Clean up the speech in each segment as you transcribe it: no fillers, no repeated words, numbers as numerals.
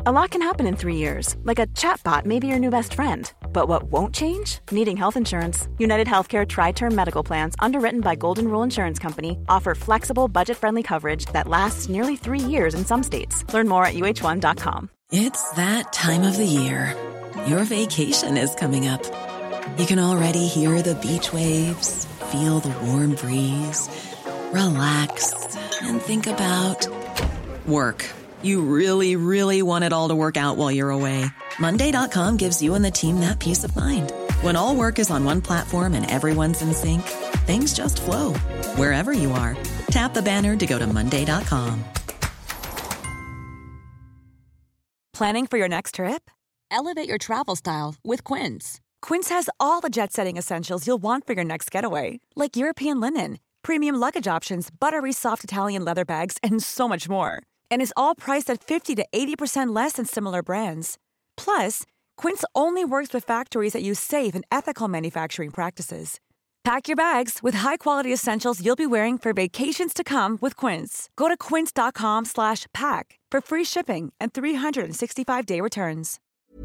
A lot can happen in 3 years, like a chatbot may be your new best friend. But what won't change? Needing health insurance. United Healthcare Tri-Term Medical Plans, underwritten by Golden Rule Insurance Company, offer flexible, budget-friendly coverage that lasts nearly 3 years in some states. Learn more at uh1.com. It's that time of the year. Your vacation is coming up. You can already hear the beach waves, feel the warm breeze, relax, and think about work. You really, really want it all to work out while you're away. Monday.com gives you and the team that peace of mind. When all work is on one platform and everyone's in sync, things just flow. Wherever you are, tap the banner to go to Monday.com. Planning for your next trip? Elevate your travel style with Quince. Quince has all the jet-setting essentials you'll want for your next getaway, like European linen, premium luggage options, buttery soft Italian leather bags, and so much more. And is all priced at 50 to 80% less than similar brands. Plus, Quince only works with factories that use safe and ethical manufacturing practices. Pack your bags with high-quality essentials you'll be wearing for vacations to come with Quince. Go to quince.com/pack for free shipping and 365-day returns.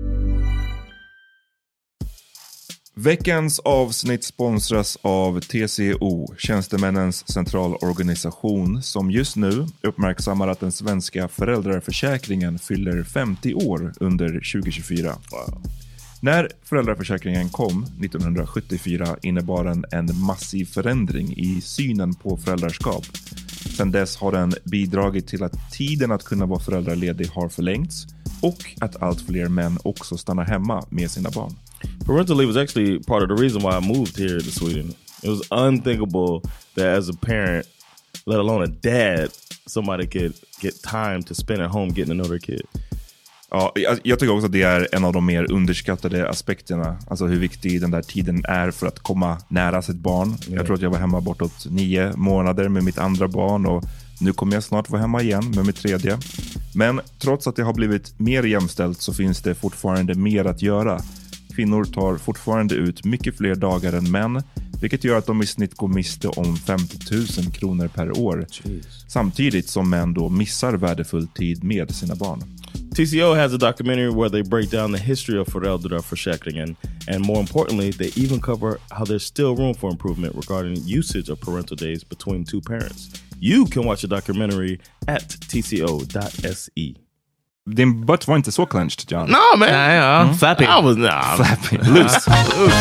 Veckans avsnitt sponsras av TCO, Tjänstemännens centralorganisation, som just nu uppmärksammar att den svenska föräldraförsäkringen fyller 50 år under 2024. Wow. När föräldraförsäkringen kom 1974 innebar den en massiv förändring i synen på föräldraskap. Sedan dess har den bidragit till att tiden att kunna vara föräldraledig har förlängts och att allt fler män också stannar hemma med sina barn. Parental leave was actually part of the reason why I moved here to Sweden. It was unthinkable that as a parent, let alone a dad, somebody could get time to spend at home getting to know their kid. Ja, jag tycker också att det är en av de mer underskattade aspekterna. Alltså hur viktig den där tiden är för att komma nära sitt barn. Yeah. Jag tror att jag var hemma bortåt 9 månader med mitt andra barn och nu kommer jag snart vara hemma igen med mitt tredje. Men trots att det har blivit mer jämställt så finns det fortfarande mer att göra. Kvinnor tar fortfarande ut mycket fler dagar än män, vilket gör att de i snitt går miste om 50 000 kronor per år. Jeez. Samtidigt som män då missar värdefull tid med sina barn. TCO has a documentary where they break down the history of föräldraförsäkringen, and more importantly, they even cover how there's still room for improvement regarding usage of parental days between two parents. You can watch the documentary at tco.se. Din butt var inte så clenched, John. No, man. Ja. Flappy. I was not. Flappy. Loose.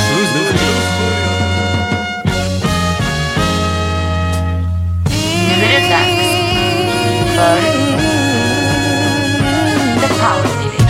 Nu är det dags för The Power Meeting.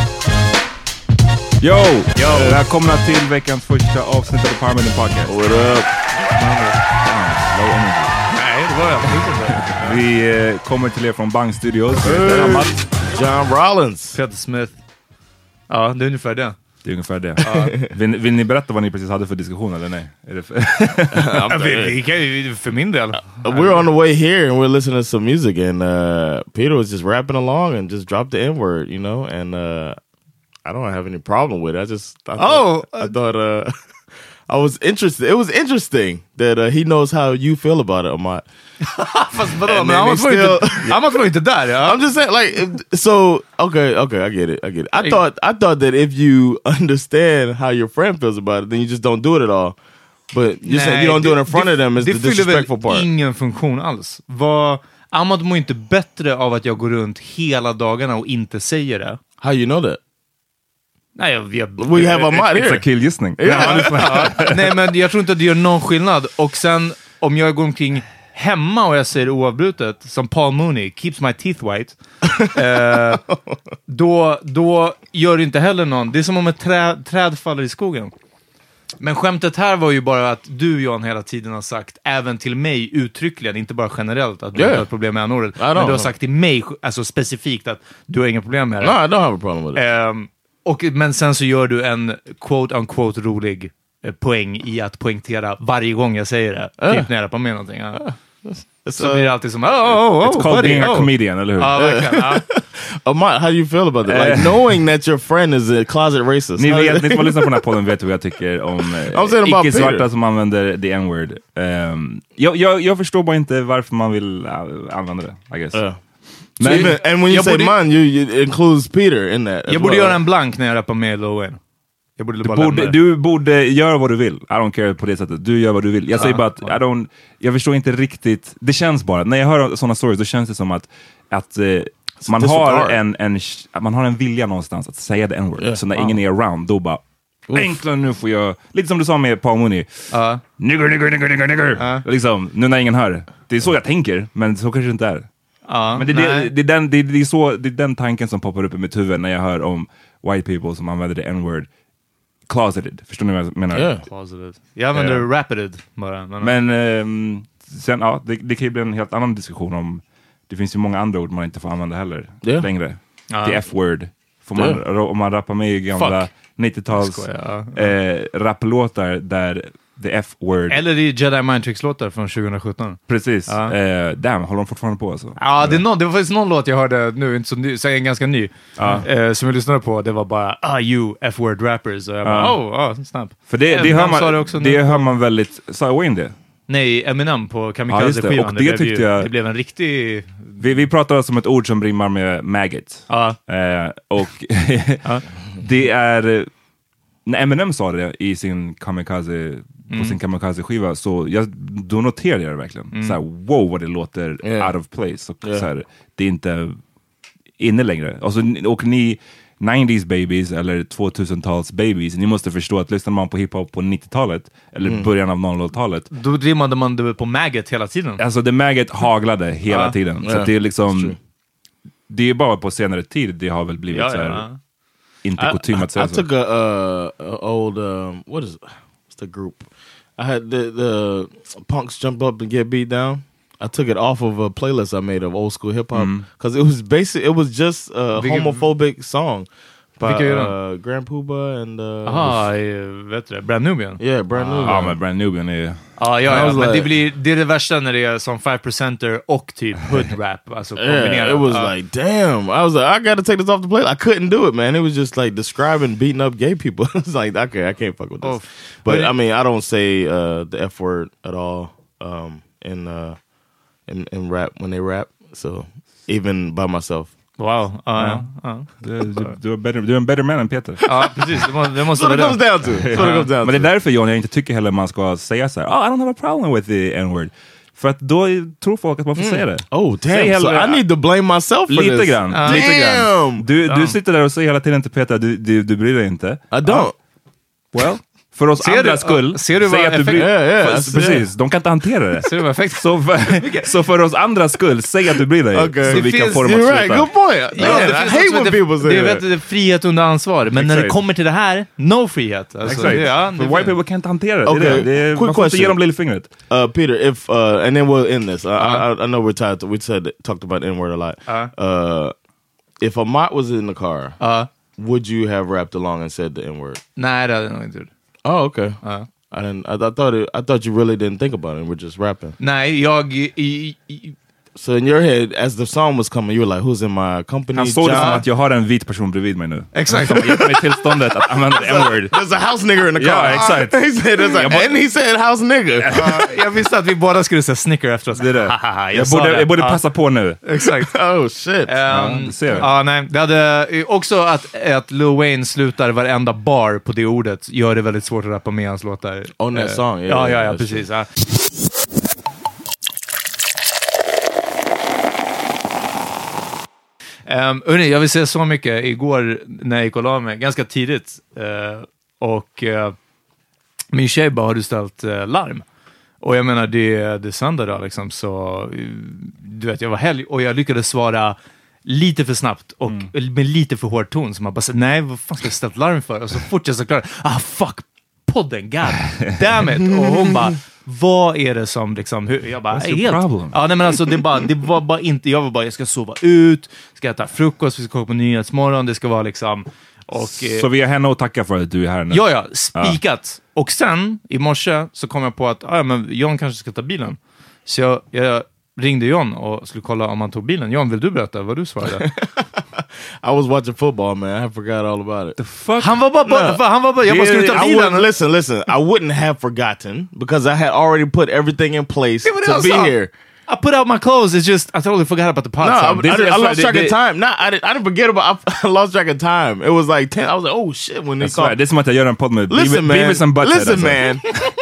Yo! Välkomna till veckans första avsnitt av The Power Meeting Podcast. What up? Low energy. Nej, det var jag. Vi kommer till er från Bang Studios. John Rollins. Peter Smith. Ja, det är ungefär det. Det är ungefär det. Vill ni berätta vad ni precis hade för diskussion eller nej? Är det Vi kan ju för min del. We're on the way here and we're listening to some music and Peter was just rapping along and just dropped the N-word, you know, and I don't have any problem with it. I thought I was interested. It was interesting that he knows how you feel about it, Amat. Fast vadå, men han var inte där, ja. I'm just saying, like, so okay, I get it. I thought that if you understand how your friend feels about it, then you just don't do it at all. But you say you don't do it in front of them is the disrespectful part. Det fyller väl ingen funktion alls. Amat mår inte bättre av att jag går runt hela dagarna och inte säger det. How you know that? Nej, we have a mod here. It's a killgissning. Nej, men jag tror inte att det gör någon skillnad. Och sen, om jag går omkring hemma och jag säger oavbrutet, som Paul Mooney, keeps my teeth white, då gör det inte heller någon. Det är som om ett träd faller i skogen. Men skämtet här var ju bara att du, Jan, hela tiden har sagt, även till mig uttryckligen, inte bara generellt, att du inte har ett problem med n-ordet. Men du har sagt till mig, alltså specifikt, att du har inga problem med det. No, I don't have a problem with it. Men sen så gör du en quote-unquote rolig poäng i att poängtera varje gång jag säger det. Typ när jag rappar med någonting. Så blir det alltid som it's called being a comedian, eller hur? Ja, verkligen. Amat, how do you feel about it? Like knowing that your friend is a closet racist. Ni som har lyssnat på den här podden vet vad jag tycker om icke-svarta som använder the N-word. Jag förstår bara inte varför man vill använda det, I guess. And when you say man, it includes Peter in that. Jag borde göra en blank när jag rappar med Lil Wayne. Du borde göra vad du vill. I don't care på det sättet. Du gör vad du vill. Jag säger bara att jag förstår inte riktigt. Det känns bara, när jag hör sådana stories, då känns det som att man har en vilja någonstans att säga the n-word. Så när ingen är around, då bara äntligen nu får jag, lite som du sa med Paul Mooney, nigger. Liksom, nu när ingen hör. Det är så jag tänker, men så kanske det inte är. Men det är den tanken som poppar upp i mitt huvud när jag hör om white people som använder the n-word. Closeted, förstår ni vad jag menar? Yeah. Closeted. Jag använder rapid bara. Men sen, det kan ju bli en helt annan diskussion om, det finns ju många andra ord man inte får använda heller längre. The F-word. Om man rappar med i gamla 90-tals rapplåtar där the F-word. Eller i Jedi Mind Tricks-låtar från 2017. Precis. Damn, håller de fortfarande på alltså? Ja, det var faktiskt någon låt jag hörde nu, inte så ny, så en ganska ny, som jag lyssnade på. Det var bara, you F-word rappers. Och jag bara, snabbt. För det hör man väldigt, sa Wayne det? Nej, Eminem på Kamikaze-skivan. Och det tyckte jag... Det blev en riktig... Vi pratar alltså om ett ord som rimmar med maggot. Och det är... När Eminem sa det i sin Kamikaze... På sin Kamikaze-skiva, så då noterade jag det verkligen. Så här, wow, vad det låter out of place. Och så här, det är inte inne längre. Alltså, och ni 90s babies eller 2000-tals babies, ni måste förstå att lyssnar man på hiphop på 90-talet eller början av 00-talet, då rimmade man det på maggot hela tiden. Alltså det maggot haglade hela tiden. Så det är liksom, det är bara på senare tid det har väl blivit så här, inte kutym att säga I took a old what's the group? I had the punks jump up and get beat down. I took it off of a playlist I made of old school hip hop because it was just a homophobic song by Grand Poobah and vet du det? Brand Nubian. Yeah, Brand Nubian. Ja, men Brand Nubian är men det är det värsta när det är som 5%er och typ hood rap, alltså kombinerat. It was like, damn. I was like, I got to take this off the playlist. I couldn't do it, man. It was just like describing beating up gay people. It's like, okay, I can't fuck with this. But I mean, I don't say the F word at all in rap when they rap. So even by myself. Wow. Du är en better man än Peter. Ja, precis. Det måste vara det. Men det är därför jag inte tycker heller man ska säga så här, I don't have a problem with the n-word. För att då tror folk att man får säga det. Oh, damn. So I need to blame myself for lite this. Grann. Du sitter där och säger hela tiden till Peter, du bryr dig inte. I don't. Well, för oss andra skull, ser du vad att du precis, de kan inte hantera det. Ser du vad effekt? Så för oss andra skull, säg att du bryr dig. Så vi kan få dem att sluta. Right, good point. I hate when people say that. Det är frihet under ansvar. Men när det kommer till det här, no frihet. Alltså, för white people kan inte hantera det. Okay, quick question. Ge dem lillfingret. Peter, if and then we'll end this. I know we're tired. We talked about N-word a lot. If a Mott was in the car, would you have rapped along and said the N-word? Nej, det hade jag nog inte gjort. Oh, okay. I thought you really didn't think about it. We're just rapping. Nej, So in your head, as the song was coming, you were like, who's in my company? Han såg det som att jag har en vit person bredvid mig nu. Exakt. Som har gett mig tillståndet att använda n-word. There's a house nigger in the car. Ja, exakt. And he said house nigger. Jag visste att vi båda skulle säga snicker efter oss. Det är det. Jag borde passa på nu. Exakt. Oh shit. Nej, det hade också att Lil Wayne slutar varenda bar på det ordet gör det väldigt svårt att rappa med hans låtar. On that song, ja, precis. Jag vill säga så mycket. Igår när jag gick och la mig, ganska tidigt, och min tjej bara, har du ställt larm? Och jag menar, det är söndag då liksom, så du vet, jag var helg och jag lyckades svara lite för snabbt och med lite för hård ton, så man bara, nej, vad fan ska jag ställt larm för? Och så fort jag så klar, fuck podden, god damn it. Och hon bara, vad är det som liksom, jag bara, helt. Ja, nej, men alltså det var bara inte, jag var bara, jag ska sova ut, ska äta frukost, vi ska kolla på Nyhetsmorgon, det ska vara liksom, och så vi har henne att tacka för att du är här nu. Ja, spikat. Och sen i morse så kom jag på att men John kanske ska ta bilen. Så jag ringde John och skulle kolla om han tog bilen. John, vill du berätta vad du svarade? I was watching football, man. I forgot all about it. The fuck? Han var bara jag bara skulle ta bilen. Listen. I wouldn't have forgotten because I had already put everything in place to be here. I put out my clothes. It's just I totally forgot about the pod. No, I lost track of time. No, I didn't forget about. I lost track of time. It was like 10. I was like, oh shit, when they called. Det är som att jag gör en podd med Beavis and Butthead. Listen, man.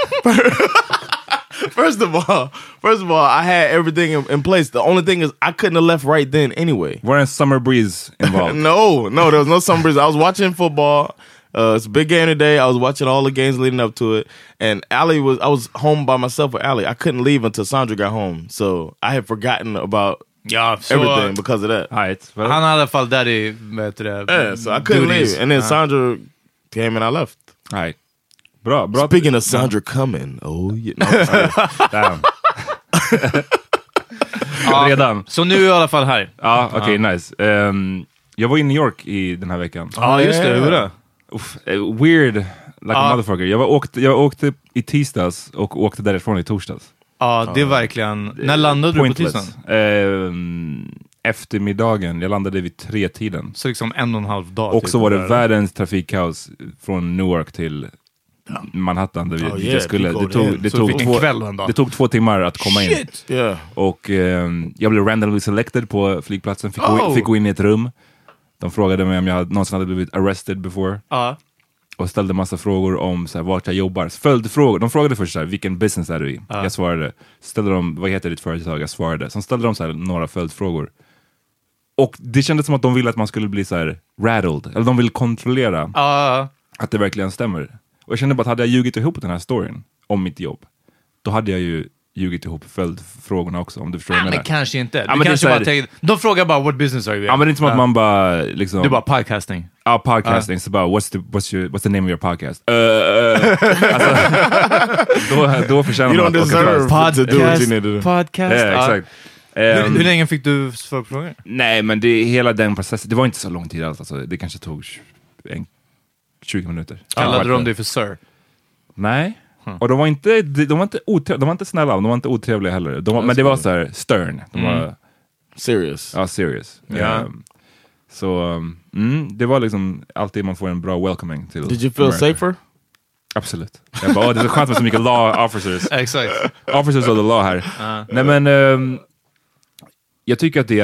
First of all, I had everything in place. The only thing is I couldn't have left right then anyway. Var en summer breeze involved? No, there was no summer breeze. I was watching football. It's a big game today. I was watching all the games leading up to it. And I was home by myself with Allie. I couldn't leave until Sandra got home. So I had forgotten about everything because of that. Right. Well, han i alla fall där i so I couldn't leave. And then Sandra came and I left. Right. Bra. Speaking of Sandra coming. Oh, yeah. No, damn. Redan. Så nu är jag i alla fall här. Ja, okej, nice. Jag var i New York i den här veckan. Ja, just det. Hur var det? Weird like a motherfucker. Jag åkte i tisdags och åkte därifrån i torsdags. Ja, det är verkligen... När landade du på tisdagen? Eftermiddagen. Jag landade vid 3-tiden. Så liksom 1,5 dag. Och så var det världens trafikkaos från Newark till Manhattan där vi skulle. Det tog 2 timmar att komma in. Yeah. Och jag blev randomly selected på flygplatsen. Fick gå in i ett rum. De frågade mig om jag någonsin hade blivit arrested before. Och ställde massa frågor om så här, vart jag jobbar. Följdfrågor. De frågade först så här, vilken business är du i? Jag svarade. Ställde de, vad heter ditt företag? Jag svarade. Sen ställde de så här, några följdfrågor. Och det kändes som att de ville att man skulle bli så här rattled. Eller de vill kontrollera att det verkligen stämmer. Och jag kände bara att hade jag ljugit ihop den här storyn om mitt jobb, då hade jag ju ljugit ihop följdfrågorna också, om du förstår vad jag menar. Men kanske inte. Du kanske bara de frågar bara, what business are you in? Ja, men det är inte som att man bara liksom... Du bara, podcasting. Ja, podcasting. Så bara, what's the name of your podcast? Alltså, då förtjänar man att åka fast. Podcast. Exakt. Hur länge fick du frågor? Nej, men det hela den processen, det var inte så lång tid alls. Alltså, det kanske tog 20 minuter. Kallade de dig för sir? Nej. Och de var inte snälla, de var inte otrevliga heller. Men det var så här stern. De var serious. Ja, serious. Så det var liksom alltid man får en bra welcoming till. Did you feel safer? Absolut. Jag bara, det är så skönt med så mycket law officers. Exakt. Officers of the law här. Nej, men jag tycker att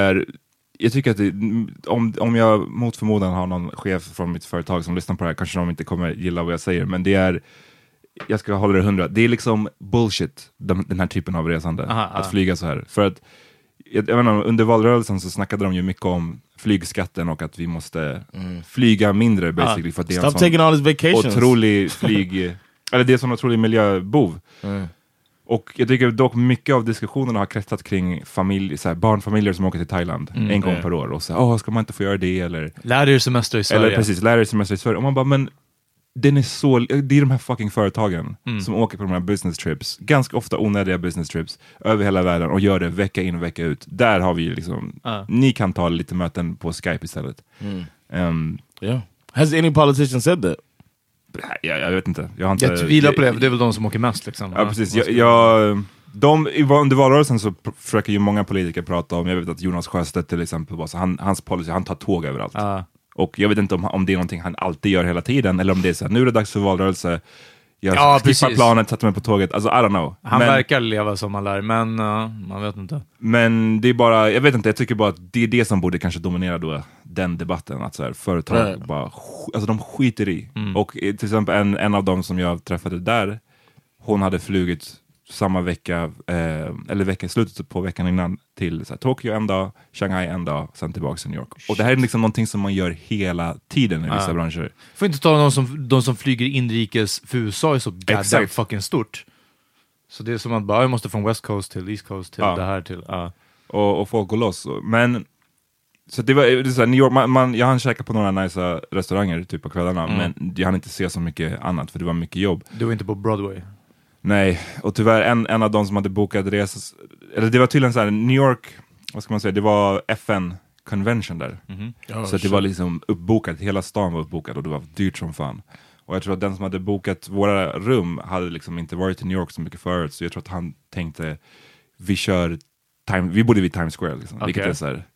om jag mot förmodan har någon chef från mitt företag som lyssnar på det här, kanske de inte kommer gilla vad jag säger, men det är, jag ska hålla det 100. Det är liksom bullshit, den här typen av resande. Att flyga så här. För att, jag vet inte, under valrörelsen så snackade de ju mycket om flygskatten och att vi måste flyga mindre basically. För att det är Stop taking all these vacations. Otrolig eller det är en otrolig miljöbov. Och jag tycker dock mycket av diskussionerna har kretsat kring barnfamiljer som åker till Thailand en gång per år. Och så ska man inte få göra det? Eller lär er semester i Sverige. Eller precis, lär er semester i Sverige. Och man bara, men det är de här fucking företagen som åker på de här business trips. Ganska ofta onödiga business trips över hela världen och gör det vecka in och vecka ut. Där har vi liksom, ni kan ta lite möten på Skype istället. Has any politician said that? Jag vet inte. Jag tvivlar på det, det är väl de som åker mest liksom. Ja, precis. Under valrörelsen så försöker ju många politiker prata om, jag vet att Jonas Sjöstedt till exempel, hans policy, han tar tåg överallt. Och jag vet inte om det är någonting han alltid gör hela tiden, eller om det är så här, nu är det dags för valrörelse, jag skippar planet, sätter mig på tåget, alltså I don't know. Han verkar leva som han lär, men man vet inte. Men det är bara, jag vet inte, jag tycker bara att det är det som borde kanske dominera då den debatten, att så här, företag bara, alltså de skiter i. Och till exempel en av dem som jag träffade där, hon hade flugit samma vecka, eller slutet på veckan innan till så här, Tokyo en dag, Shanghai en dag, sen tillbaka till New York. Och det här är liksom någonting som man gör hela tiden i vissa branscher. Får inte ta de som flyger inrikes för USA är så goddamn fucking stort. Så det är som att bara, jag måste från West Coast till East Coast till det här till... Och folk går loss. Men så det var så här, New York, jag hann käka på några nice restauranger typ på kvällarna, men jag hann inte se så mycket annat för det var mycket jobb. Du var inte på Broadway? Nej, och tyvärr en av de som hade bokat resor, eller det var tydligen så här, New York, vad ska man säga, det var FN-convention där. Så det var liksom uppbokat, hela stan var uppbokad och det var dyrt som fan. Och jag tror att den som hade bokat våra rum hade liksom inte varit i New York så mycket förut, så jag tror att han tänkte, vi bor vid Times Square liksom, vilket är så här,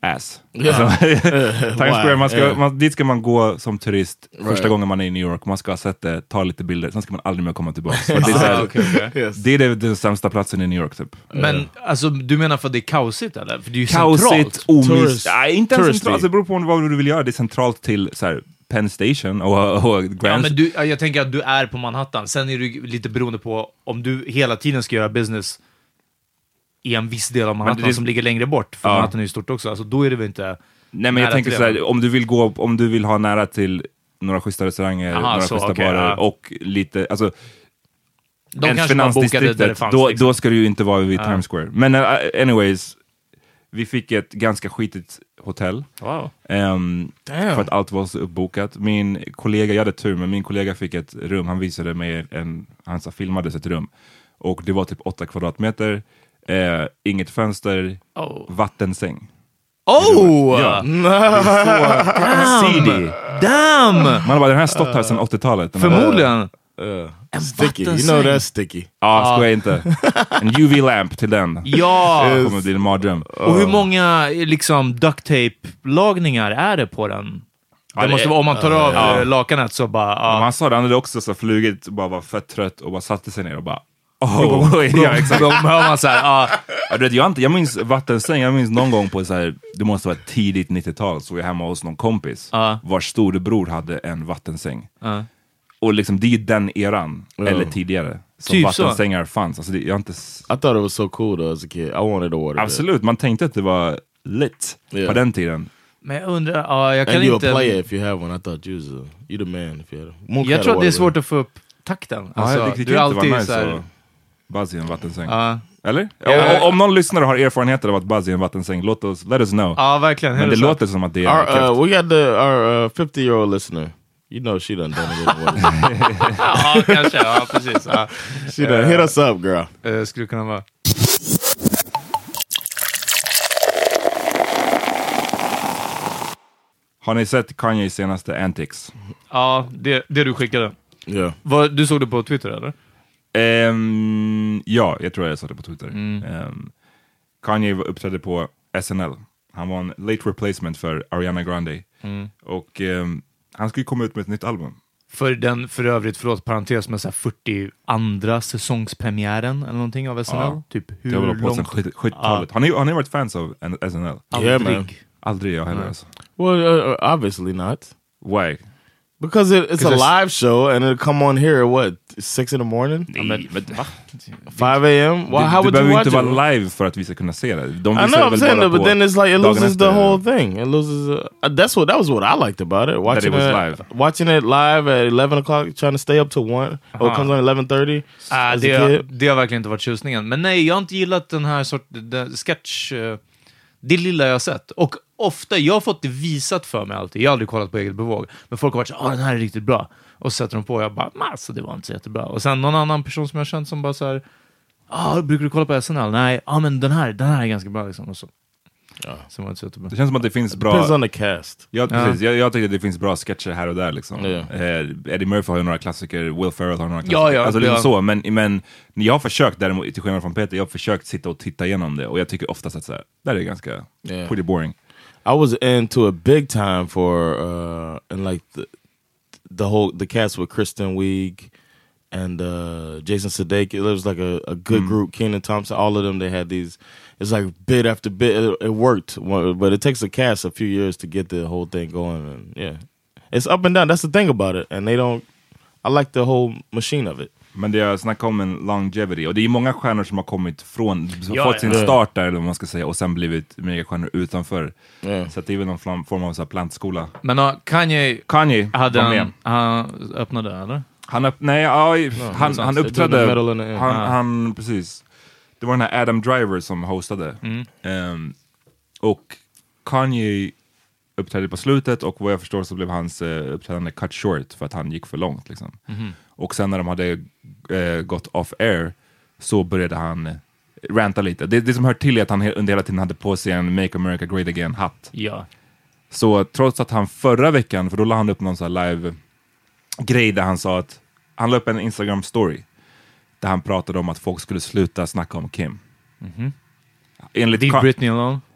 ass. Alltså, Times Square, dit ska man gå som turist första gången man är i New York. Man ska ha sett det, ta lite bilder, sen ska man aldrig mer komma tillbaka. Det är den sämsta platsen i New York typ. Men alltså, du menar för att det är kaosigt eller? För det är ju kaosigt, centralt. Inte ens centralt, alltså, det beror på vad du vill göra. Det är centralt till så här, Penn Station och Grand. Ja, men jag tänker att du är på Manhattan. Sen är du lite beroende på om du hela tiden ska göra business i en viss del av Manhattan som ligger längre bort. För Manhattan är ju stort också. Alltså, då är det väl inte... Nej, men jag tänker så här, om du vill ha nära till några schyssta restauranger, några schyssta barer och lite... Alltså, de kanske bara bokade där det fanns. Då ska du ju inte vara vid Times Square. Men anyways, vi fick ett ganska skitigt hotell. Wow. För att allt var så uppbokat. Min kollega, jag hade tur, men min kollega fick ett rum. Han visade mig han filmade ett rum. Och det var typ 8 kvadratmeter. Inget fönster. Vattensäng. Damn! Man bara, den här stått här sedan 80-talet. Förmodligen. Sticky, you know that's sticky. Skojar inte. En UV-lamp till den. Ja! Kommer bli en mardröm. Och hur många liksom duct tape-lagningar är det på den? Det måste vara, om man tar av lakanet så bara... Man sa det, han hade också så flugit, bara var fett trött och bara satte sig ner och bara... Ja, exakt. Då hör man så här, jag minns vattensäng, jag minns någon gång på så här, det måste vara tidigt 90-tal, så jag hemma hos någon kompis vars storebror hade en vattensäng. Och liksom det är den eran, eller tidigare, som typ vattensängar fanns. Alltså jag inte... I thought it was so cool though as a kid. I wanted to order. Absolut, man tänkte att det var lit på den tiden. Men jag undrar, jag kan and inte... you'll play it if you have one. I thought you're the man if you had one. Jag tror att det är svårt att få upp takten. Alltså, det du är alltid nice så här... Buzz i en vattensäng. Eller? Om någon lyssnare har erfarenheter av att buzz i en vattensäng, let us know. Ja, verkligen. Men det låter som att det är... we got our 50-year-old listener. You know she done it. Ja, kanske. Ja, precis. She done hit us up, girl. Skulle kunna vara. Har ni sett Kanye's senaste antics? Ja, det du skickade. Yeah. Du såg det på Twitter, eller? Ja, jag tror jag såg det på Twitter. Kanye uppträdde på SNL. Han var en late replacement för Ariana Grande. Och han skulle komma ut med ett nytt album. För övrigt, parentes med så här 42 säsongspremiären eller någonting av SNL. Typ hur det var på långt? 70-talet. Har ni varit fans av SNL? Aldrig jag heller. Alltså. Well, obviously not. Why? Because it's a live show and it'll come on here at 6 in the morning? 5 a.m.? Well, how would you watch it? Det behöver inte vara live för att vi ska kunna se det. I know, I'm saying that, but then it's like it loses the whole thing. It loses. That was what I liked about it. Watching that it was live. Watching it live at 11 o'clock, trying to stay up till 1. Or it comes on 11:30. Det har verkligen inte varit tjusningen. Men nej, jag har inte gillat den här sketch... Det lilla jag har sett. Och ofta, jag har fått det visat för mig alltid. Jag har aldrig kollat på eget bevåg. Men folk har varit så den här är riktigt bra. Och så sätter de på och jag bara, alltså det var inte så jättebra. Och sen någon annan person som jag har känt som bara så här, brukar du kolla på SNL? Nej, men den här är ganska bra liksom. Och så. Så var det, så jättebra. Det känns som att det finns bra... Depends on the cast. Ja, precis. Jag tycker att det finns bra sketcher här och där liksom. Eddie Murphy har ju några klassiker, Will Ferrell har några klassiker. Alltså liksom så, men jag har försökt däremot, till skillnad från Peter, jag har försökt sitta och titta igenom det. Och jag tycker oftast att så här, där är ganska pretty boring. I was into a big time for and like the cast with Kristen Wiig and Jason Sudeikis. It was like a good group. Kenan Thompson, all of them. They had these. It's like bit after bit. It worked, but it takes a cast a few years to get the whole thing going. And it's up and down. That's the thing about it. And they don't. I like the whole machine of it. Men det har snackat om en longevity. Och det är många stjärnor som har kommit från, fått sin start där, eller vad man ska säga, och sen blivit megastjärnor utanför. Så att det är väl någon form av så här plantskola. Men Kanye hade han öppnade, eller? Han uppträdde. Precis. Det var den här Adam Driver som hostade. Och Kanye uppträdde på slutet, och vad jag förstår så blev hans uppträdande cut short för att han gick för långt liksom. Och sen när de hade gått off air så började han ranta lite. Det som hör till är att han under hela tiden hade på sig en Make America Great Again hatt. Ja. Så trots att han förra veckan, för då la han upp någon sån här live grej där han sa att han la upp en Instagram story där han pratade om att folk skulle sluta snacka om Kim. Enligt Britney alone?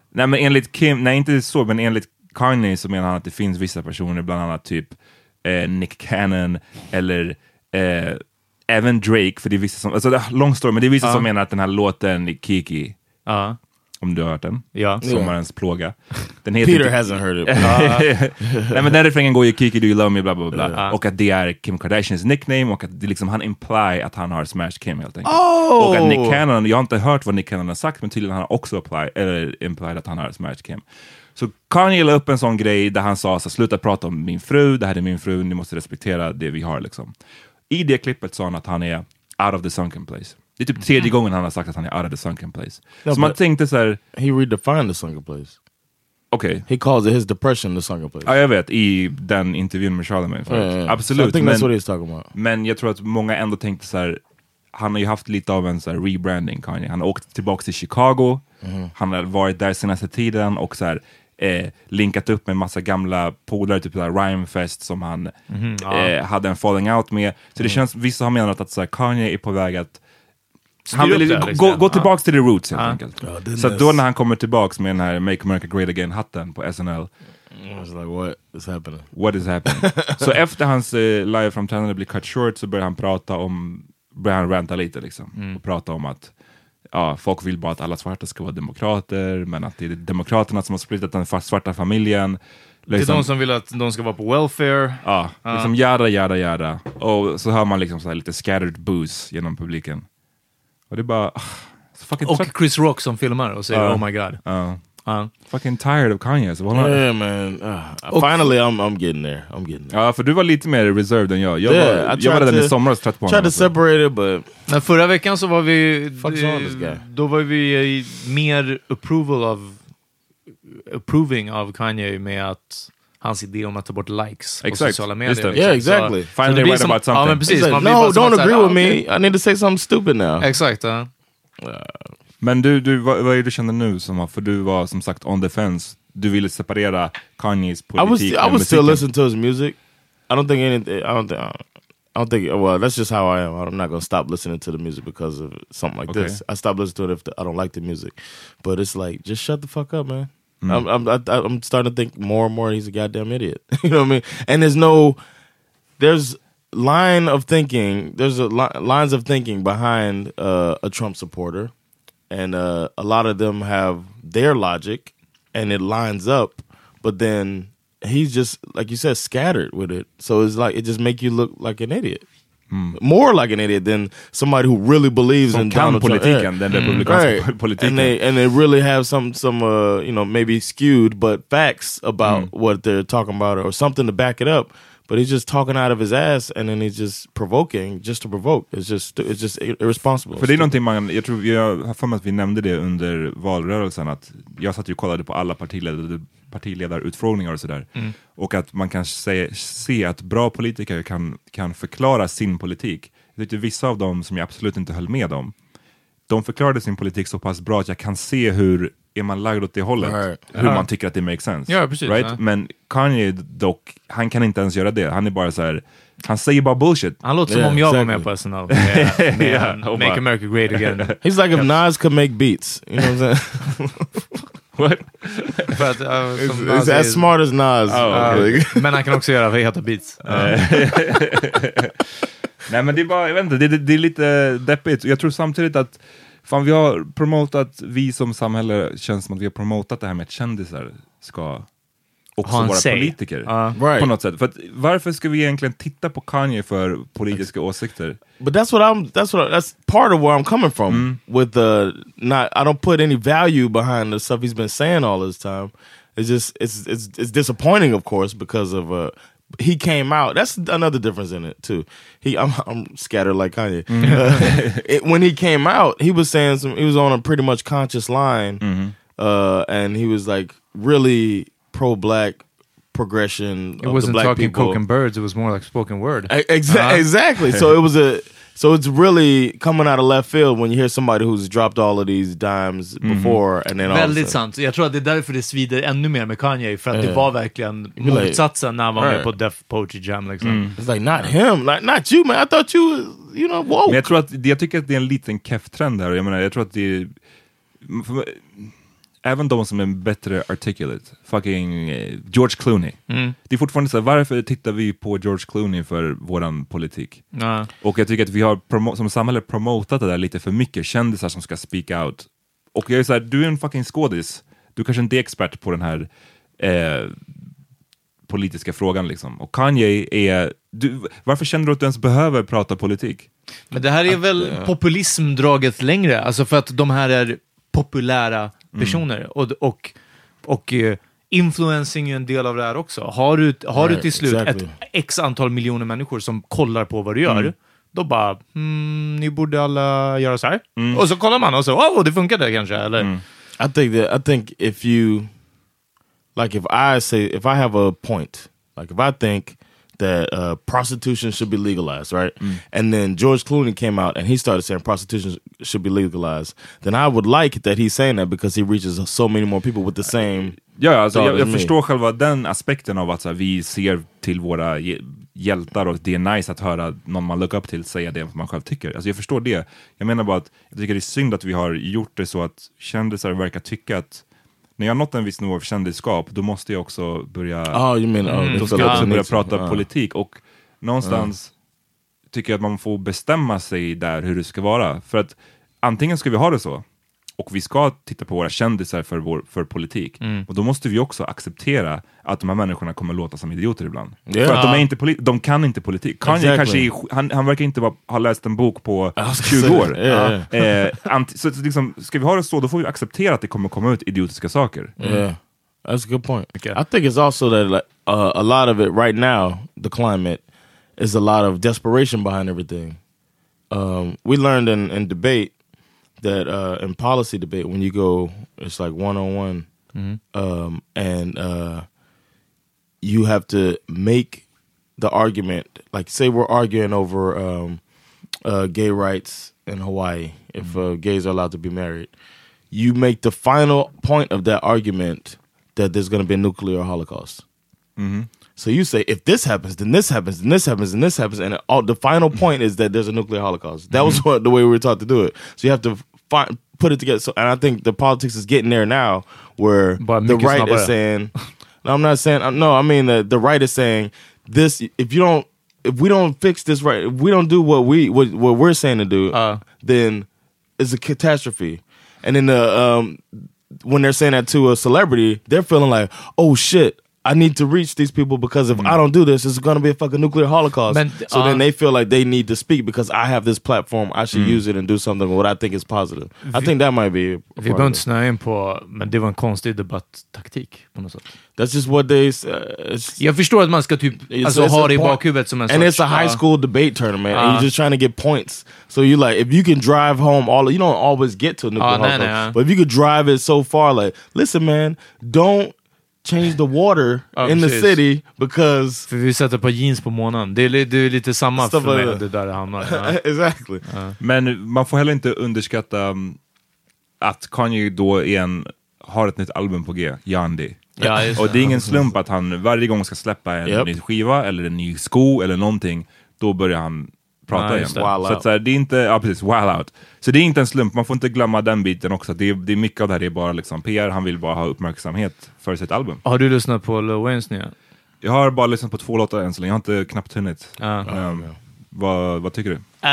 Nej, men enligt Kim, nej inte så, men enligt Kanye så menar han att det finns vissa personer, bland annat typ Nick Cannon eller även Drake, för det är vissa som, alltså long story, men det är vissa som menar att den här låten Kiki, om du har hört den, Sommarens plåga, den heter Peter hasn't heard it. nej, men den refrängen går ju Kiki, do you love me, bla bla bla, och att det är Kim Kardashians nickname och att det liksom, han imply att han har smashed Kim helt enkelt. Och att Nick Cannon, jag har inte hört vad Nick Cannon har sagt, men tydligen han har också implied att han har smashed Kim. Så Kanye la upp en sån grej där han sa så sluta prata om min fru, det här är min fru, ni måste respektera det vi har liksom. I det klippet sa han att han är out of the sunken place. Det är typ tredje gången han har sagt att han är out of the sunken place. Så man tänkte så här, he redefined the sunken place. Okay. He calls it his depression the sunken place. Ja, jag vet, i den intervjun med Charlemagne. Absolut. So I think that's what he's talking about. Men jag tror att många ändå tänkte så här, han har ju haft lite av en så här rebranding, Kanye. Han har åkt tillbaka till Chicago, han har varit där senaste tiden och så här linkat upp med massa gamla polare, typ där Rhymefest som han hade en falling out med. Så det känns, vissa har menat att så här, Kanye är på väg att han vill gå tillbaks till the roots helt enkelt. Så att då när han kommer tillbaks med den här Make America Great Again-hatten på SNL, I was like, what is happening? What is happening? Så efter hans live-framträdande blir cut short så börjar han ranta lite liksom. Och prata om att folk vill bara att alla svarta ska vara demokrater, men att det är demokraterna som har splittat den svarta familjen. Liksom, det är de som vill att de ska vara på welfare. Liksom jada. Och så hör man liksom så här lite scattered boos genom publiken. Och det är bara och Chris Rock som filmar och säger oh my god. Fucking tired of Kanye. So yeah man. Finally I'm getting there. Ja, för du var lite mer reserved än jag. Jag var redan i somras trött på honom. Tried to separate it, but men förra veckan så var vi då var vi mer approving av Kanye med att hans idé om att ta bort likes på sociala medier. Yeah, exactly. Finally right about something. Ja, men precis. Like, no, don't agree with me. I need to say something stupid now. Exakt. Men du vad är det du känner nu som för du var som sagt on the fence. Du ville separera Kanyes politik. I was still listening to his music. I don't think well, that's just how I am. I'm not going to stop listening to the music because of something like this. I stop listening to it if I don't like the music. But it's like, just shut the fuck up, man. I'm starting to think more and more he's a goddamn idiot. You know what I mean? And there's lines of thinking behind a Trump supporter, and a lot of them have their logic, and it lines up, but then he's just, like you said, scattered with it. So it's like, it just make you look like an idiot. More like an idiot than somebody who really believes in Donald Trump. Than republikansk politiken. And they really have some maybe skewed but facts about what they're talking about or something to back it up. But he's just talking out of his ass, and then he's just provoking just to provoke. It's just irresponsible. För det är någonting jag tror jag har för mig att vi nämnde det under valrörelsen, att jag satt ju och kollade på alla partiledarutfrågningar och sådär. Och att man kan se att bra politiker kan förklara sin politik. Jag tyckte vissa av dem som jag absolut inte höll med om, de förklarade sin politik så pass bra att jag kan se hur är man lagd åt det hållet, hur man tycker att det makes sense. Ja, precis. Right? Men Kanye dock, han kan inte ens göra det. Han är bara så här, han säger bara bullshit. Han låter som om jag var med på SNL. Make America Great Again. He's like if Nas could make beats. You know what I'm saying? What? It's as smart as Nas. Men han kan också göra heta beats. Nej, men det är bara, jag vet inte, det är lite deppigt. Jag tror samtidigt att fan, vi har promotat, vi som samhälle känns som att vi har promotat det här med att kändisar ska också vara politiker. På något sätt. För att, varför ska vi egentligen titta på Kanye för politiska åsikter? But that's part of where I'm coming from with I don't put any value behind the stuff he's been saying all this time. It's just it's disappointing, of course, because of he came out. That's another difference in it too. I'm scattered like Kanye. When he came out, he was saying he was on a pretty much conscious line, and he was like really pro-black progression. It wasn't black talking people. coke and birds. It was more like spoken word. Exactly. So it's really coming out of left field when you hear somebody who's dropped all of these dimes before, and then väldigt sant. Jag tror att det är därför det svider ännu mer med Kanye, för att det var verkligen motsatsen när han var med på Def Poetry Jam liksom. It's like not him, not you, man. I thought you was, woke. Men jag tycker att det är en liten keff-trend här. Jag tror att det är, även de som är bättre articulate, fucking George Clooney. Det är fortfarande så här, varför tittar vi på George Clooney för våran politik? Och jag tycker att vi har som samhälle promotat det där lite för mycket, kändisar som ska speak out. Och jag är så här, du är en fucking skådis. Du kanske inte är expert på den här politiska frågan liksom. Och Kanye är... varför känner du att du ens behöver prata politik? Men det här är väl populismdraget längre. Alltså för att de här är populära personer. Och influencing är en del av det här också. Har du till slut ett x antal miljoner människor som kollar på vad du gör, då bara, ni borde alla göra så här. Och så kollar man och så, det funkade kanske, eller? I think if you, like if I have a point, like if I think that prostitution should be legalized, right? And then George Clooney came out and he started saying prostitution should be legalized, then I would like that he's saying that because he reaches so many more people with the same... Ja, alltså, jag förstår själva den aspekten av att så här, vi ser till våra hjältar och det är nice att höra någon man look upp till säga det man själv tycker. Alltså jag förstår det. Jag menar bara att jag tycker det är synd att vi har gjort det så att kändisar verkar tycka att när jag har nått en viss nivå av kändisskap, då måste jag också börja börja prata politik. Och någonstans tycker jag att man får bestämma sig där hur det ska vara. För att antingen ska vi ha det så, och vi ska titta på våra kändisar för politik. Och då måste vi också acceptera att de här människorna kommer låta som idioter ibland. För att de är inte de kan inte politik. Kanye kanske han verkar inte ha läst en bok på 20 år. Så liksom, ska vi ha det så, då får vi acceptera att det kommer komma ut idiotiska saker. That's a good point. Okay. I think it's also that like, a lot of it right now, the climate, is a lot of desperation behind everything. We learned in debate that in policy debate, when you go, it's like one-on-one, and you have to make the argument, like say we're arguing over gay rights in Hawaii, if gays are allowed to be married. You make the final point of that argument that there's going to be a nuclear holocaust. So you say, if this happens, then this happens, and this happens, and this happens, and the final point is that there's a nuclear holocaust. That was the way we were taught to do it. So you have to put it together. So, and I think the politics is getting there now, where the right is saying, no, I'm not saying, no, I mean the right is saying this. If we don't fix this right, if we don't do what we're saying to do, then it's a catastrophe. And then when they're saying that to a celebrity, they're feeling like, oh shit, I need to reach these people because if I don't do this, it's going to be a fucking nuclear holocaust. So then they feel like they need to speak because I have this platform. I should use it and do something what I think is positive. I think that might be... Vi behöver inte snöa in på, men det var en konstig debatttaktik på något sätt. That's just what they... jag förstår att man ska typ ha det i bakhuvudet som en sorts... And it's a high school debate tournament and you're just trying to get points. So you like, if you can drive home you don't always get to a nuclear holocaust. But if you could drive it so far, like, listen man, don't change the water in the city because... För vi sätter på jeans på månaden. Det är lite samma för mig det där det hamnar. Exactly. Men man får heller inte underskatta att Kanye då har ett nytt album på G, Yandi. Och det är ingen slump att han varje gång ska släppa en ny skiva eller en ny sko eller någonting, då börjar han prata igen. Så att så här, det är inte, precis, wow out. Så det är inte en slump, man får inte glömma den biten också. Det är mycket av det här är bara liksom PR, han vill bara ha uppmärksamhet för sitt album. Har du lyssnat på Lil Waynes nya? Jag har bara lyssnat på 2 låtar än så länge, jag har inte knappt hunnit. Vad tycker du?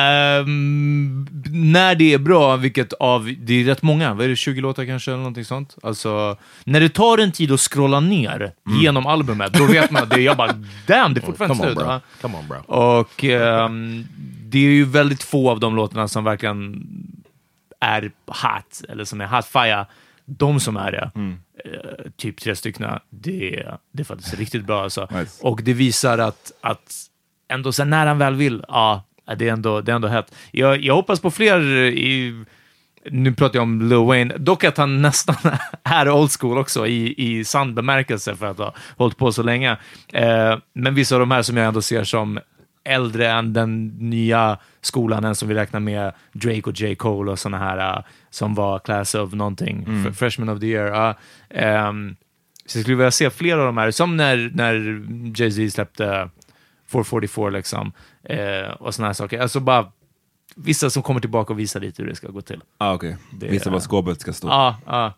När det är bra, det är rätt många, vad är det, 20 låtar kanske eller någonting sånt. Alltså, när det tar en tid att scrolla ner genom albumet, då vet man att jag bara, damn, det är fortfarande slut. Come on, bro. Och det är ju väldigt få av de låtarna som verkligen är hot, eller som är hot fire. De som är det, typ 3 stycken, det är faktiskt riktigt bra alltså. Nice. Och det visar att ändå så när han väl vill, det är ändå hett. Jag hoppas på fler nu pratar jag om Lil Wayne, dock att han nästan är old school också i sann bemärkelse för att ha hållit på så länge. Men vissa av de här som jag ändå ser som äldre än den nya skolan, än som vi räknar med Drake och J. Cole och såna här som var class of någonting, freshman of the year. Så jag skulle vilja se fler av de här, som när Jay-Z släppte 444 liksom, och såna här saker. Alltså bara vissa som kommer tillbaka och visar lite hur det ska gå till. Okej. Visa vad skåpet ska stå.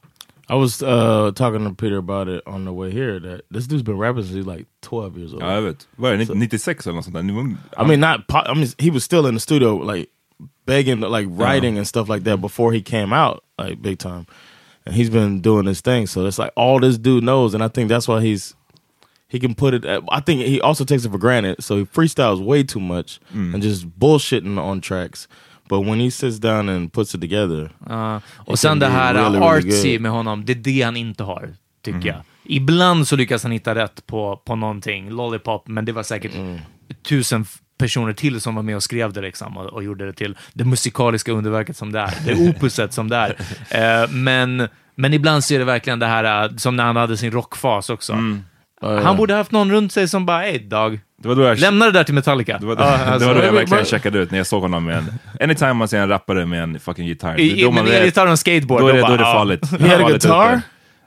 I was talking to Peter about it on the way here, that this dude's been rapping since he's like 12 years old. Ja, jag vet. Vad är det? 96 eller något sånt där? I mean, he was still in the studio, like, begging, like, writing and stuff like that before he came out, like, big time. And he's been doing this thing, so it's like all this dude knows, and I think that's why he can put it. I think he also takes it for granted, so he freestyles way too much and just bullshitting on tracks. But when he sits down and puts it together, och sen det här really, artsy med honom, det är det han inte har, tycker jag. Ibland så lyckas han hitta rätt på någonting, Lollipop, men det var säkert 1000 personer till som var med och skrev det liksom, och gjorde det till det musikaliska underverket som det är, det opuset som det är. Men ibland så är det verkligen det här som när han hade sin rockfas också. Han borde haft någon runt sig som bara, hey dog, lämna det där till Metallica. Det var då jag verkligen checkade ut när jag såg honom med anytime man ser en rappare med en fucking gitarr. Med en gitarr och en skateboard. Då är det farligt. He had a guitar?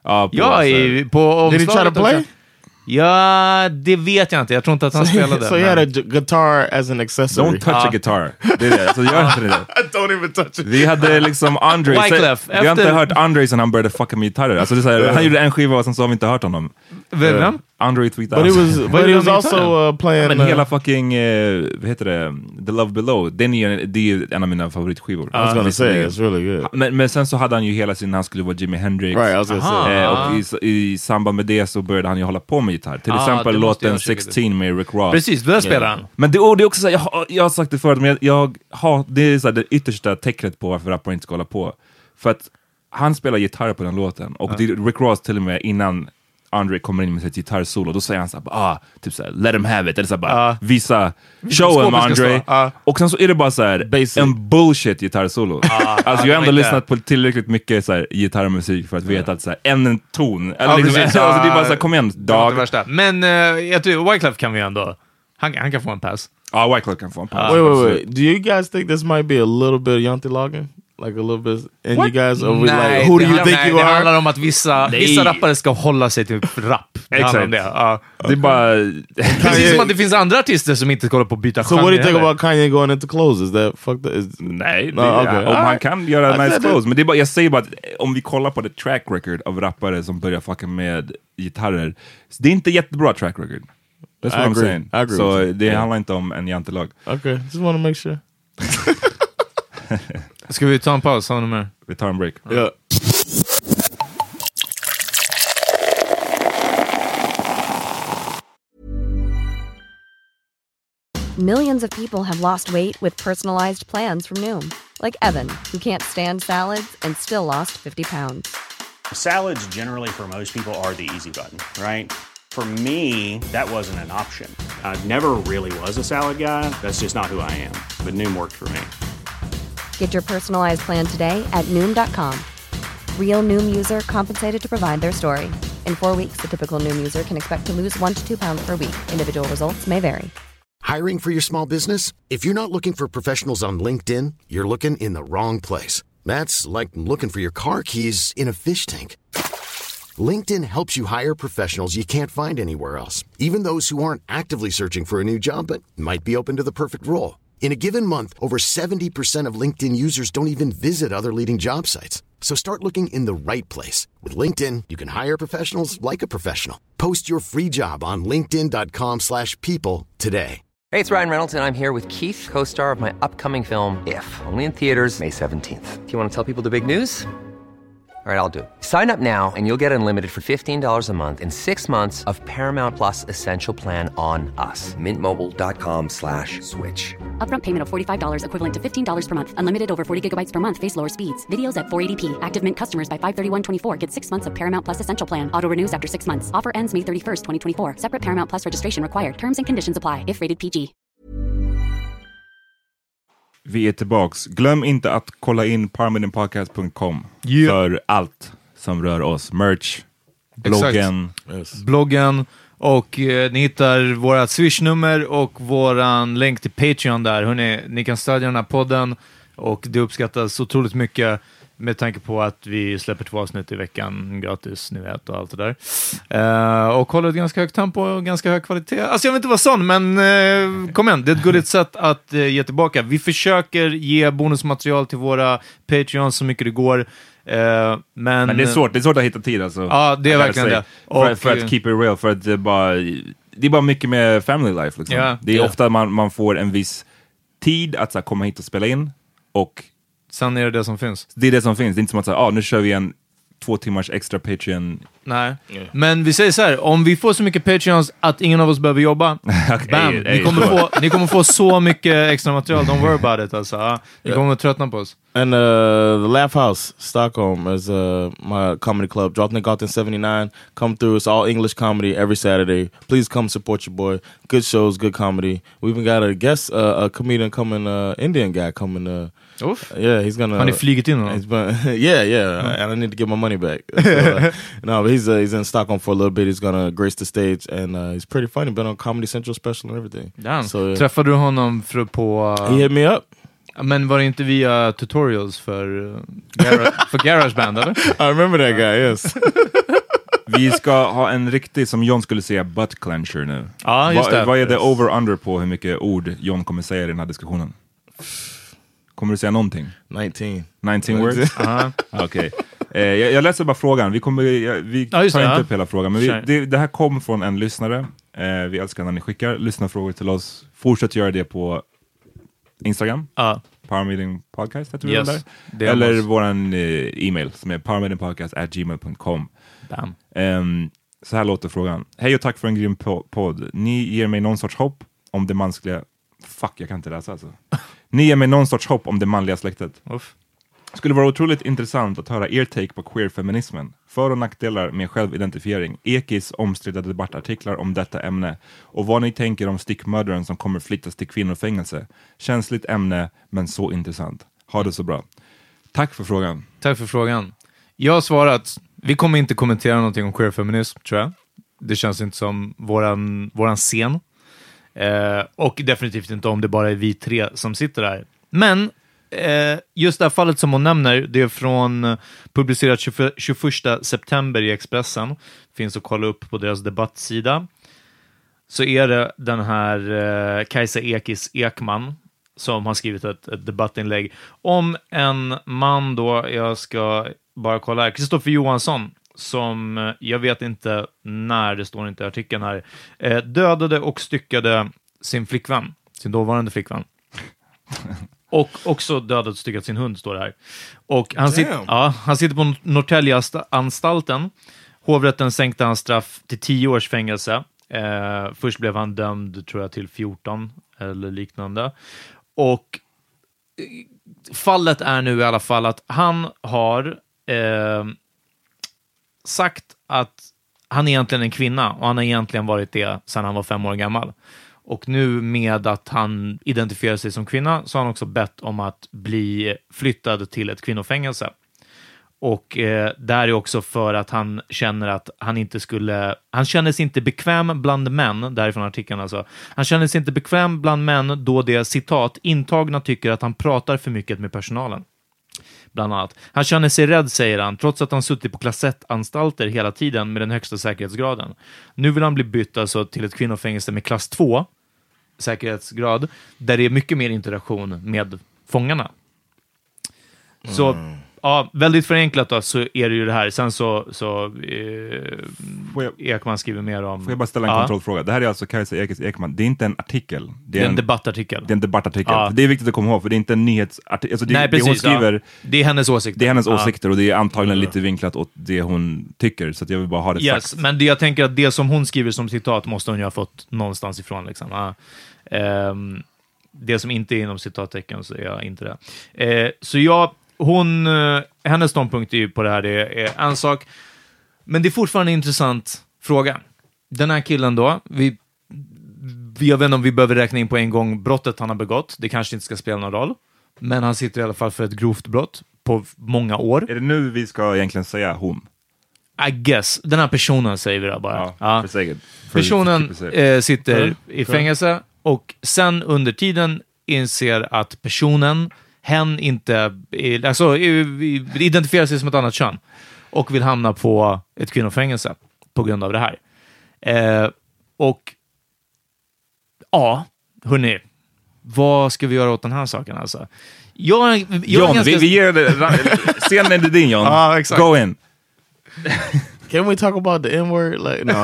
På did he try to play? Ja, det vet jag inte. Jag tror inte att han spelade. So he had a guitar as an accessory. Don't touch a guitar. Det är det. Så gör inte det. Don't even touch it. Vi hade liksom Andre. Vi har inte hört Andre sen han började fucka med gitarrer. Alltså det är så här, han gjorde en skiva och sen så har vi inte hört honom. Vem? Andre 3000. But he was also playing... Men hela fucking, vad heter det? The Love Below. Det är en av mina favoritskivor. I was gonna say, it's really good. Men sen så hade han ju hela sin, han skulle vara Jimi Hendrix. Right, I was gonna say. Och i samband med det så började han ju hålla på med gitarr. Till exempel låten 16 med Rick Ross. Precis, där spelar han. Men det är också så här, jag har sagt det förut, men det är så här, det yttersta tecknet på varför rappare inte ska hålla på. För att han spelar gitarr på den låten. Och Rick Ross till och med innan Andre kommer in med sitt gitarrsolo, då säger han såhär, typ såhär, let him have it, eller såhär visa, show him Andre, och sen så är det bara såhär, en bullshit gitarrsolo. Alltså jag har ändå lyssnat på tillräckligt mycket såhär gitarrmusik för att veta att såhär, en ton, eller liksom, alltså, det är bara såhär, kom igen, dog. Men jag tror, Wyclef kan vi ändå, han kan få en pass. Ja, Wyclef kan få en pass. Wait. Do you guys think this might be a little bit Janti-logging? Like a little bit, and you guys are like, who do you think you are? Det handlar om att vissa rappare ska hålla sig till rap. Exakt. Det är bara... Precis som att det finns andra artister som inte kollar på att byta genre. So what do you think about Kanye going into clothes? Is that fucked up? Nej, om han kan göra nice clothes. Men det är bara, jag säger bara att om vi kollar på the track record av rappare som börjar fucka med gitarrer, det är inte jättebra track record. That's what I'm saying. Så det handlar inte om en jantelag. Okay, just want to make sure. Ska vi ta en paus? Har du mer? Vi tar en break. Yeah. Millions of people have lost weight with personalized plans from Noom. Like Evan, who can't stand salads and still lost 50 pounds. Salads generally for most people are the easy button, right? For me, that wasn't an option. I never really was a salad guy. That's just not who I am. But Noom worked for me. Get your personalized plan today at Noom.com. Real Noom user compensated to provide their story. In 4 weeks, the typical Noom user can expect to lose 1 to 2 pounds per week. Individual results may vary. Hiring for your small business? If you're not looking for professionals on LinkedIn, you're looking in the wrong place. That's like looking for your car keys in a fish tank. LinkedIn helps you hire professionals you can't find anywhere else, even those who aren't actively searching for a new job but might be open to the perfect role. In a given month, over 70% of LinkedIn users don't even visit other leading job sites. So start looking in the right place. With LinkedIn, you can hire professionals like a professional. Post your free job on linkedin.com/people today. Hey, it's Ryan Reynolds, and I'm here with Keith, co-star of my upcoming film, If, only in theaters May 17th. Do you want to tell people the big news? All right, I'll do it. Sign up now and you'll get unlimited for $15 a month and 6 months of Paramount Plus Essential Plan on us. MintMobile.com/switch. Upfront payment of $45 equivalent to $15 per month. Unlimited over 40 gigabytes per month. Face lower speeds. Videos at 480p. Active Mint customers by 531.24 get 6 months of Paramount Plus Essential Plan. Auto renews after 6 months. Offer ends May 31st, 2024. Separate Paramount Plus registration required. Terms and conditions apply if rated PG. Vi är tillbaks. Glöm inte att kolla in parmiddenpodcast.com för allt som rör oss. Merch, bloggen. Yes. Bloggen. Och ni hittar våra Swish-nummer och våran länk till Patreon där. Hörrni, ni kan stödja den här podden och det uppskattas otroligt mycket med tanke på att vi släpper 2 avsnitt i veckan gratis, ni vet, och allt det där. Och håller ett ganska högt tempo och ganska hög kvalitet. Alltså jag vet inte vad sån, men kom igen, det är ett gulligt sätt att ge tillbaka. Vi försöker ge bonusmaterial till våra Patreons så mycket det går. Men det är svårt att hitta tid alltså. Ja, det är verkligen det. För att keep it real, för att det är bara mycket med family life liksom. Ja, det är ofta man får en viss tid att så här, komma hit och spela in, och sen är det som finns. Det är det som finns. Det är inte som att säga, nu kör vi en 2 timmars extra Patreon. Nej, men vi säger så här, om vi får så mycket Patreons att ingen av oss behöver jobba, bam, ni kommer få så mycket extra material, don't worry about it alltså. Ni kommer tröttna på oss. And the Laugh House, Stockholm, is my comedy club. Drottninggatan 79. Come through. It's all English comedy every Saturday. Please come support your boy. Good shows, good comedy. We even got a guest, a comedian coming, Indian guy coming. Oof. Yeah, he's gonna. Har ni flugit in honom? Yeah. And I need to get my money back. So, no, but he's in Stockholm for a little bit. He's gonna grace the stage, and he's pretty funny. Been on Comedy Central special and everything. Damn. So, träffade du honom på... He hit me up. Men var det inte via tutorials för GarageBand, eller? I remember that guy, yes. Vi ska ha en riktig, som John skulle säga, butt clencher nu. Ja, just det. Vad är det over-under på hur mycket ord John kommer säga i den här diskussionen? Kommer du säga någonting? 19 words? Okej. Jag läser bara frågan. Vi tar inte upp hela frågan, men det här kom från en lyssnare. Vi älskar när ni skickar lyssnarfrågor till oss. Fortsätt göra det på Instagram. Power Meeting Podcast heter vi där. Eller våran e-mail som är powermeetingpodcast@gmail.com. Så här låter frågan. Hej och tack för en grym podd. Ni ger mig någon sorts hopp om det mänskliga... Fuck, jag kan inte läsa alltså. Ni ger mig någon sorts hopp om det manliga släktet. Skulle vara otroligt intressant att höra er take på queer-feminismen. För- och nackdelar med självidentifiering. Ekis omstridda debattartiklar om detta ämne. Och vad ni tänker om stickmördaren som kommer flyttas till kvinnofängelse. Känsligt ämne, men så intressant. Ha det så bra. Tack för frågan. Tack för frågan. Jag har svarat, vi kommer inte kommentera någonting om queer-feminism, tror jag. Det känns inte som våran scen. Och definitivt inte om det bara är vi tre som sitter där. Men just det här fallet som hon nämner, det är från publicerat 21 september i Expressen. Finns att kolla upp på deras debattsida. Så är det den här Kajsa Ekis Ekman som har skrivit ett debattinlägg om en man då, jag ska bara kolla här, Kristoffer Johansson, som jag vet inte när, det står inte i artikeln här, dödade och styckade sin flickvän, sin dåvarande flickvän. Och också dödat och styckat sin hund, står det här. Och han sitter på Norrtäljeanstalten. Hovrätten sänkte hans straff till 10 års fängelse. Först blev han dömd, tror jag, till 14 eller liknande. Och fallet är nu i alla fall att han har sagt att han är egentligen en kvinna, och han har egentligen varit det sedan han var 5 år gammal. Och nu med att han identifierar sig som kvinna så har han också bett om att bli flyttad till ett kvinnofängelse. Och där är också för att han känner att han känner sig inte bekväm bland män, därifrån artikeln alltså. Han känner sig inte bekväm bland män då det, citat, intagna tycker att han pratar för mycket med personalen. Bland annat. Han känner sig rädd, säger han, trots att han suttit på klass 1-anstalter hela tiden med den högsta säkerhetsgraden. Nu vill han bli bytt alltså till ett kvinnofängelse med klass 2 säkerhetsgrad, där det är mycket mer interaktion med fångarna. Så ja, väldigt förenklat då, så är det ju det här. Sen så Ekman skriver mer om... Får jag bara ställa en kontrollfråga? Det här är alltså Kajsa Ekman. Det är inte en artikel. Det är en debattartikel. Det är en debattartikel. Det är viktigt att komma ihåg, för det är inte en nyhetsartikel. Alltså Nej, precis. Det hon skriver, det är hennes åsikter. Det är hennes åsikter, och det är antagligen lite vinklat åt det hon tycker. Så att jag vill bara ha det sagt. Men jag tänker att det som hon skriver som citat måste hon ju ha fått någonstans ifrån. Liksom. Det som inte är inom citattecken, så är jag inte det. Så hennes ståndpunkt är ju på det här, det är en sak. Men det är fortfarande en intressant fråga. Den här killen då, jag vet inte om vi behöver räkna in på en gång brottet han har begått. Det kanske inte ska spela någon roll. Men han sitter i alla fall för ett grovt brott på många år. Är det nu vi ska egentligen säga hon? I guess. Den här personen säger vi då bara. Ja. Personen sitter i fängelse, och sen under tiden inser att hen inte identifierar sig som ett annat kön och vill hamna på ett kvinnofängelse på grund av det här. Och ja, hörni, vad ska vi göra åt den här saken alltså? John, vi ger det. Scenen är din, John. Exakt. Go in. Can we talk about the N-word? Like, no,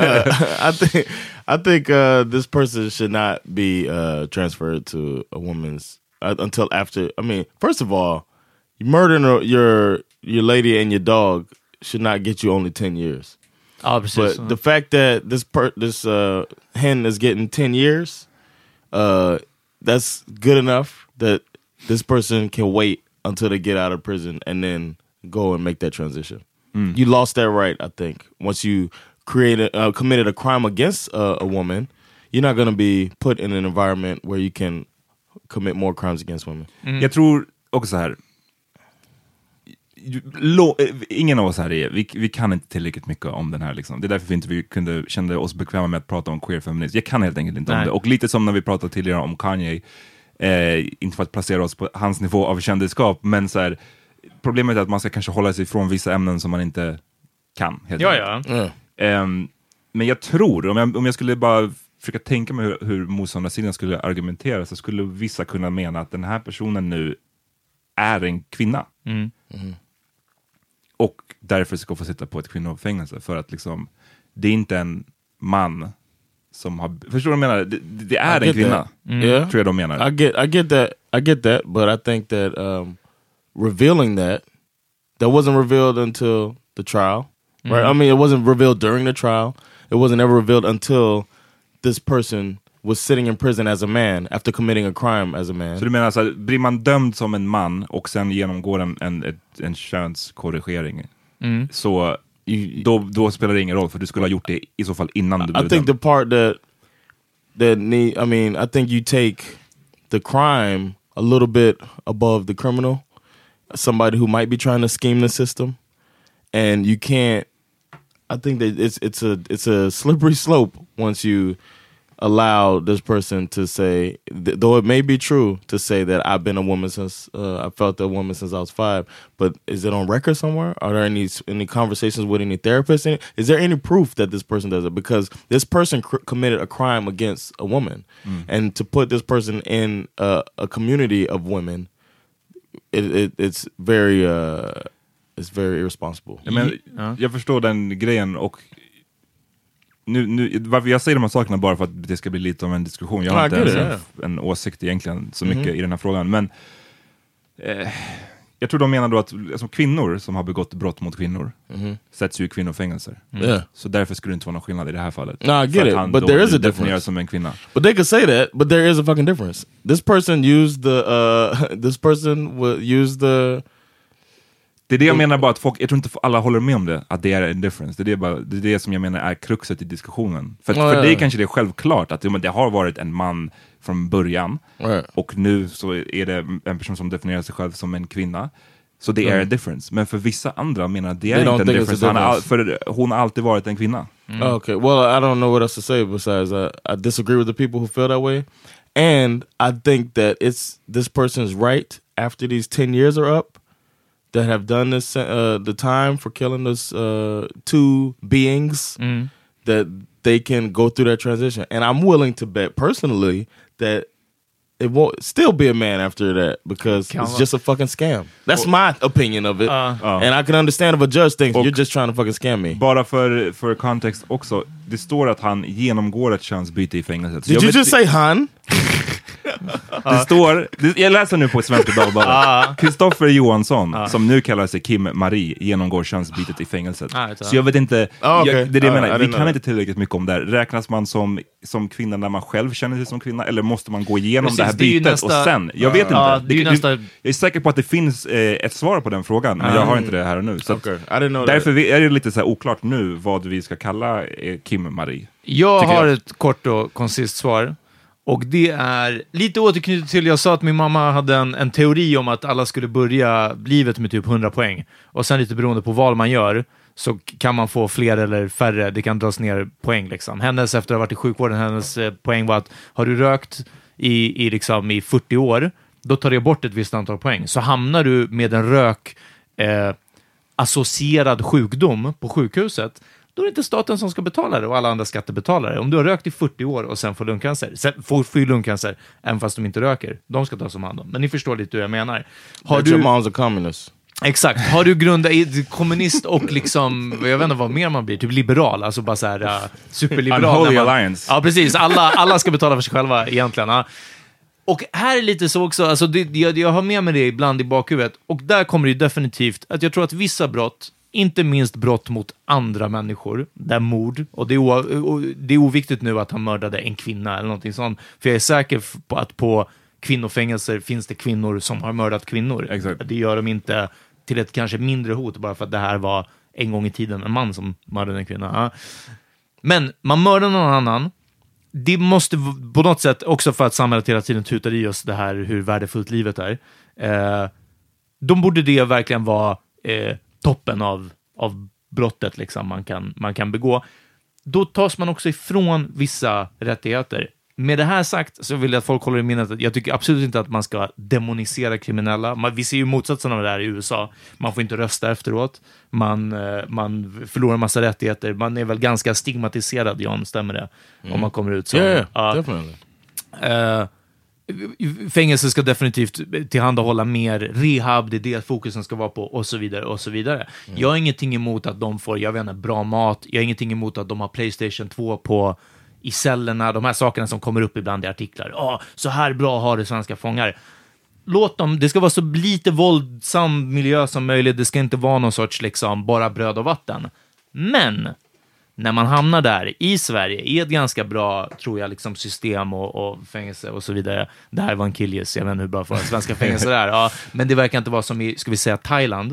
I think this person should not be transferred to a woman's until after. I mean, first of all, murdering your lady and your dog should not get you only 10 years. But the fact that this hen is getting 10 years, that's good enough that this person can wait until they get out of prison and then go and make that transition. You lost that right, I think. Once you committed a crime against a woman, you're not going to be put in an environment where you can commit more crimes against women. Jag tror också så här. Ingen av oss här vi kan inte tillräckligt mycket om den här liksom. Det är därför vi kände oss bekväma med att prata om queer feminism. Jag kan helt enkelt inte om det. Och lite som när vi pratade tidigare om Kanye, inte för att placera oss på hans nivå av kändisskap, men så här, problemet är att man ska kanske hålla sig från vissa ämnen som man inte kan. Men jag tror, om jag skulle bara försöka tänka mig hur motståndarsidan skulle argumentera, så skulle vissa kunna mena att den här personen nu är en kvinna. Och därför ska få sitta på ett kvinnofängelse, för att liksom, det är inte en man som har, förstår du vad jag menar? Det är en kvinna. Tror jag de menar. I get that, but I think that revealing that wasn't revealed until the trial, right? I mean, it wasn't revealed during the trial. It wasn't ever revealed until this person was sitting in prison as a man after committing a crime as a man. Så du menar alltså, blir man dömd som en man och sen genomgår en könskorrigering, så då spelar det ingen roll, för du skulle ha gjort det i så fall innan du blev dömd. I think the part that I think you take the crime a little bit above the criminal, somebody who might be trying to scheme the system, and you can't. I think that it's a slippery slope once you allow this person to say, though it may be true to say that I've been a woman since I felt a woman since I was 5, but is it on record somewhere? Are there any conversations with any therapists? Is there any proof that this person does it? Because this person committed a crime against a woman, and to put this person in a community of women, it's very irresponsible. Jag förstår den grejen, och nu, varför jag säger de här sakerna bara för att det ska bli lite om en diskussion. Jag har inte en åsikt egentligen så mycket i den här frågan, men jag tror de menar då att alltså, kvinnor som har begått brott mot kvinnor sätts ju i kvinnofängelser. Så därför skulle det inte vara någon skillnad i det här fallet. No, I get it, but there is a difference. Som en kvinna. But they could say that, but there is a fucking difference. This person used det är det jag menar, bara att folk, jag tror inte alla håller med om det, att det är en difference. Det är det som jag menar är kruxet i diskussionen. För det är kanske det är självklart att det har varit en man från början, och nu så är det en person som definierar sig själv som en kvinna. Så det är en difference. Men för vissa andra menar det är inte en difference. För hon har alltid varit en kvinna. Okay, well, I don't know what else to say besides I disagree with the people who feel that way. And I think that it's this person's right after these 10 years are up, that have done this the time for killing those two beings, that they can go through that transition. And I'm willing to bet personally that it won't still be a man after that, because it's just a fucking scam. That's my opinion of it. And I can understand if a judge thinks you're just trying to fucking scam me. Bara för kontext också, det står att han genomgår ett könsbyte i fängelset. Did you just say han? Det står, jag läser nu på Svenska Dagbladet. Kristoffer Johansson, som nu kallar sig Kim Marie, genomgår könsbytet i fängelset. Så jag vet inte, det är det jag menar. Vi kan inte tillräckligt mycket om det här. Räknas man som kvinna när man själv känner sig som kvinna, eller måste man gå igenom det här bytet och sen? Jag vet inte. Jag är säker på att det finns ett svar på den frågan, men jag har inte det här och nu. Så därför är det lite så här oklart nu vad vi ska kalla Kim Marie. Jag har ett kort och koncist svar. Och det är lite återknutet till, jag sa att min mamma hade en teori om att alla skulle börja livet med typ 100 poäng. Och sen lite beroende på vad man gör så kan man få fler eller färre, det kan dras ner poäng liksom. Hennes, efter att ha varit i sjukvården, hennes poäng var att har du rökt i 40 år, då tar det bort ett visst antal poäng. Så hamnar du med en associerad sjukdom på sjukhuset, då är det inte staten som ska betala det och alla andra skattebetalare. Om du har rökt i 40 år och sen får lungcancer, sen får lungcancer även fast de inte röker, de ska tas om hand om. Men ni förstår lite hur jag menar. Har du... Your mom's a communist. Exakt, har du grundat i kommunist och liksom, jag vet inte vad mer man blir, typ liberal, alltså bara så här superliberal. Unholy alliance. Ja, precis, alla ska betala för sig själva egentligen. Ja. Och här är lite så också, alltså jag har med mig det ibland i bakhuvudet, och där kommer det ju definitivt att jag tror att vissa brott, inte minst brott mot andra människor, där mord, och det är oviktigt nu att han mördade en kvinna eller någonting sånt, för jag är säker på att på kvinnofängelser finns det kvinnor som har mördat kvinnor. Exakt. Det gör de inte till ett kanske mindre hot bara för att det här var en gång i tiden en man som mördade en kvinna. Ja. Men man mördar någon annan. Det måste på något sätt, också för att samhället hela tiden tutar i oss det här hur värdefullt livet är. Då borde det verkligen vara toppen av brottet liksom man kan begå. Då tas man också ifrån vissa rättigheter. Med det här sagt så vill jag att folk håller i minnet att jag tycker absolut inte att man ska demonisera kriminella. Vi ser ju motsatsen av det här i USA. Man får inte rösta efteråt. Man förlorar en massa rättigheter. Man är väl ganska stigmatiserad, John, stämmer det? Om man kommer ut så. Definitely. Fängelse ska definitivt tillhandahålla mer rehab, det är det fokusen ska vara på, och så vidare och så vidare. Jag har ingenting emot att de får, jag vet inte, bra mat. Jag har ingenting emot att de har PlayStation 2 i cellerna, de här sakerna som kommer upp ibland i artiklar. Så här bra har det svenska fångar. Låt dem, det ska vara så lite våldsam miljö som möjligt. Det ska inte vara någon sorts liksom bara bröd och vatten. Men när man hamnar där i Sverige i ett ganska bra, tror jag, liksom system och fängelse och så vidare. Det här var en killgis, jag vet inte hur bra för svenska fängelser är. Ja, men det verkar inte vara som i, ska vi säga, Thailand.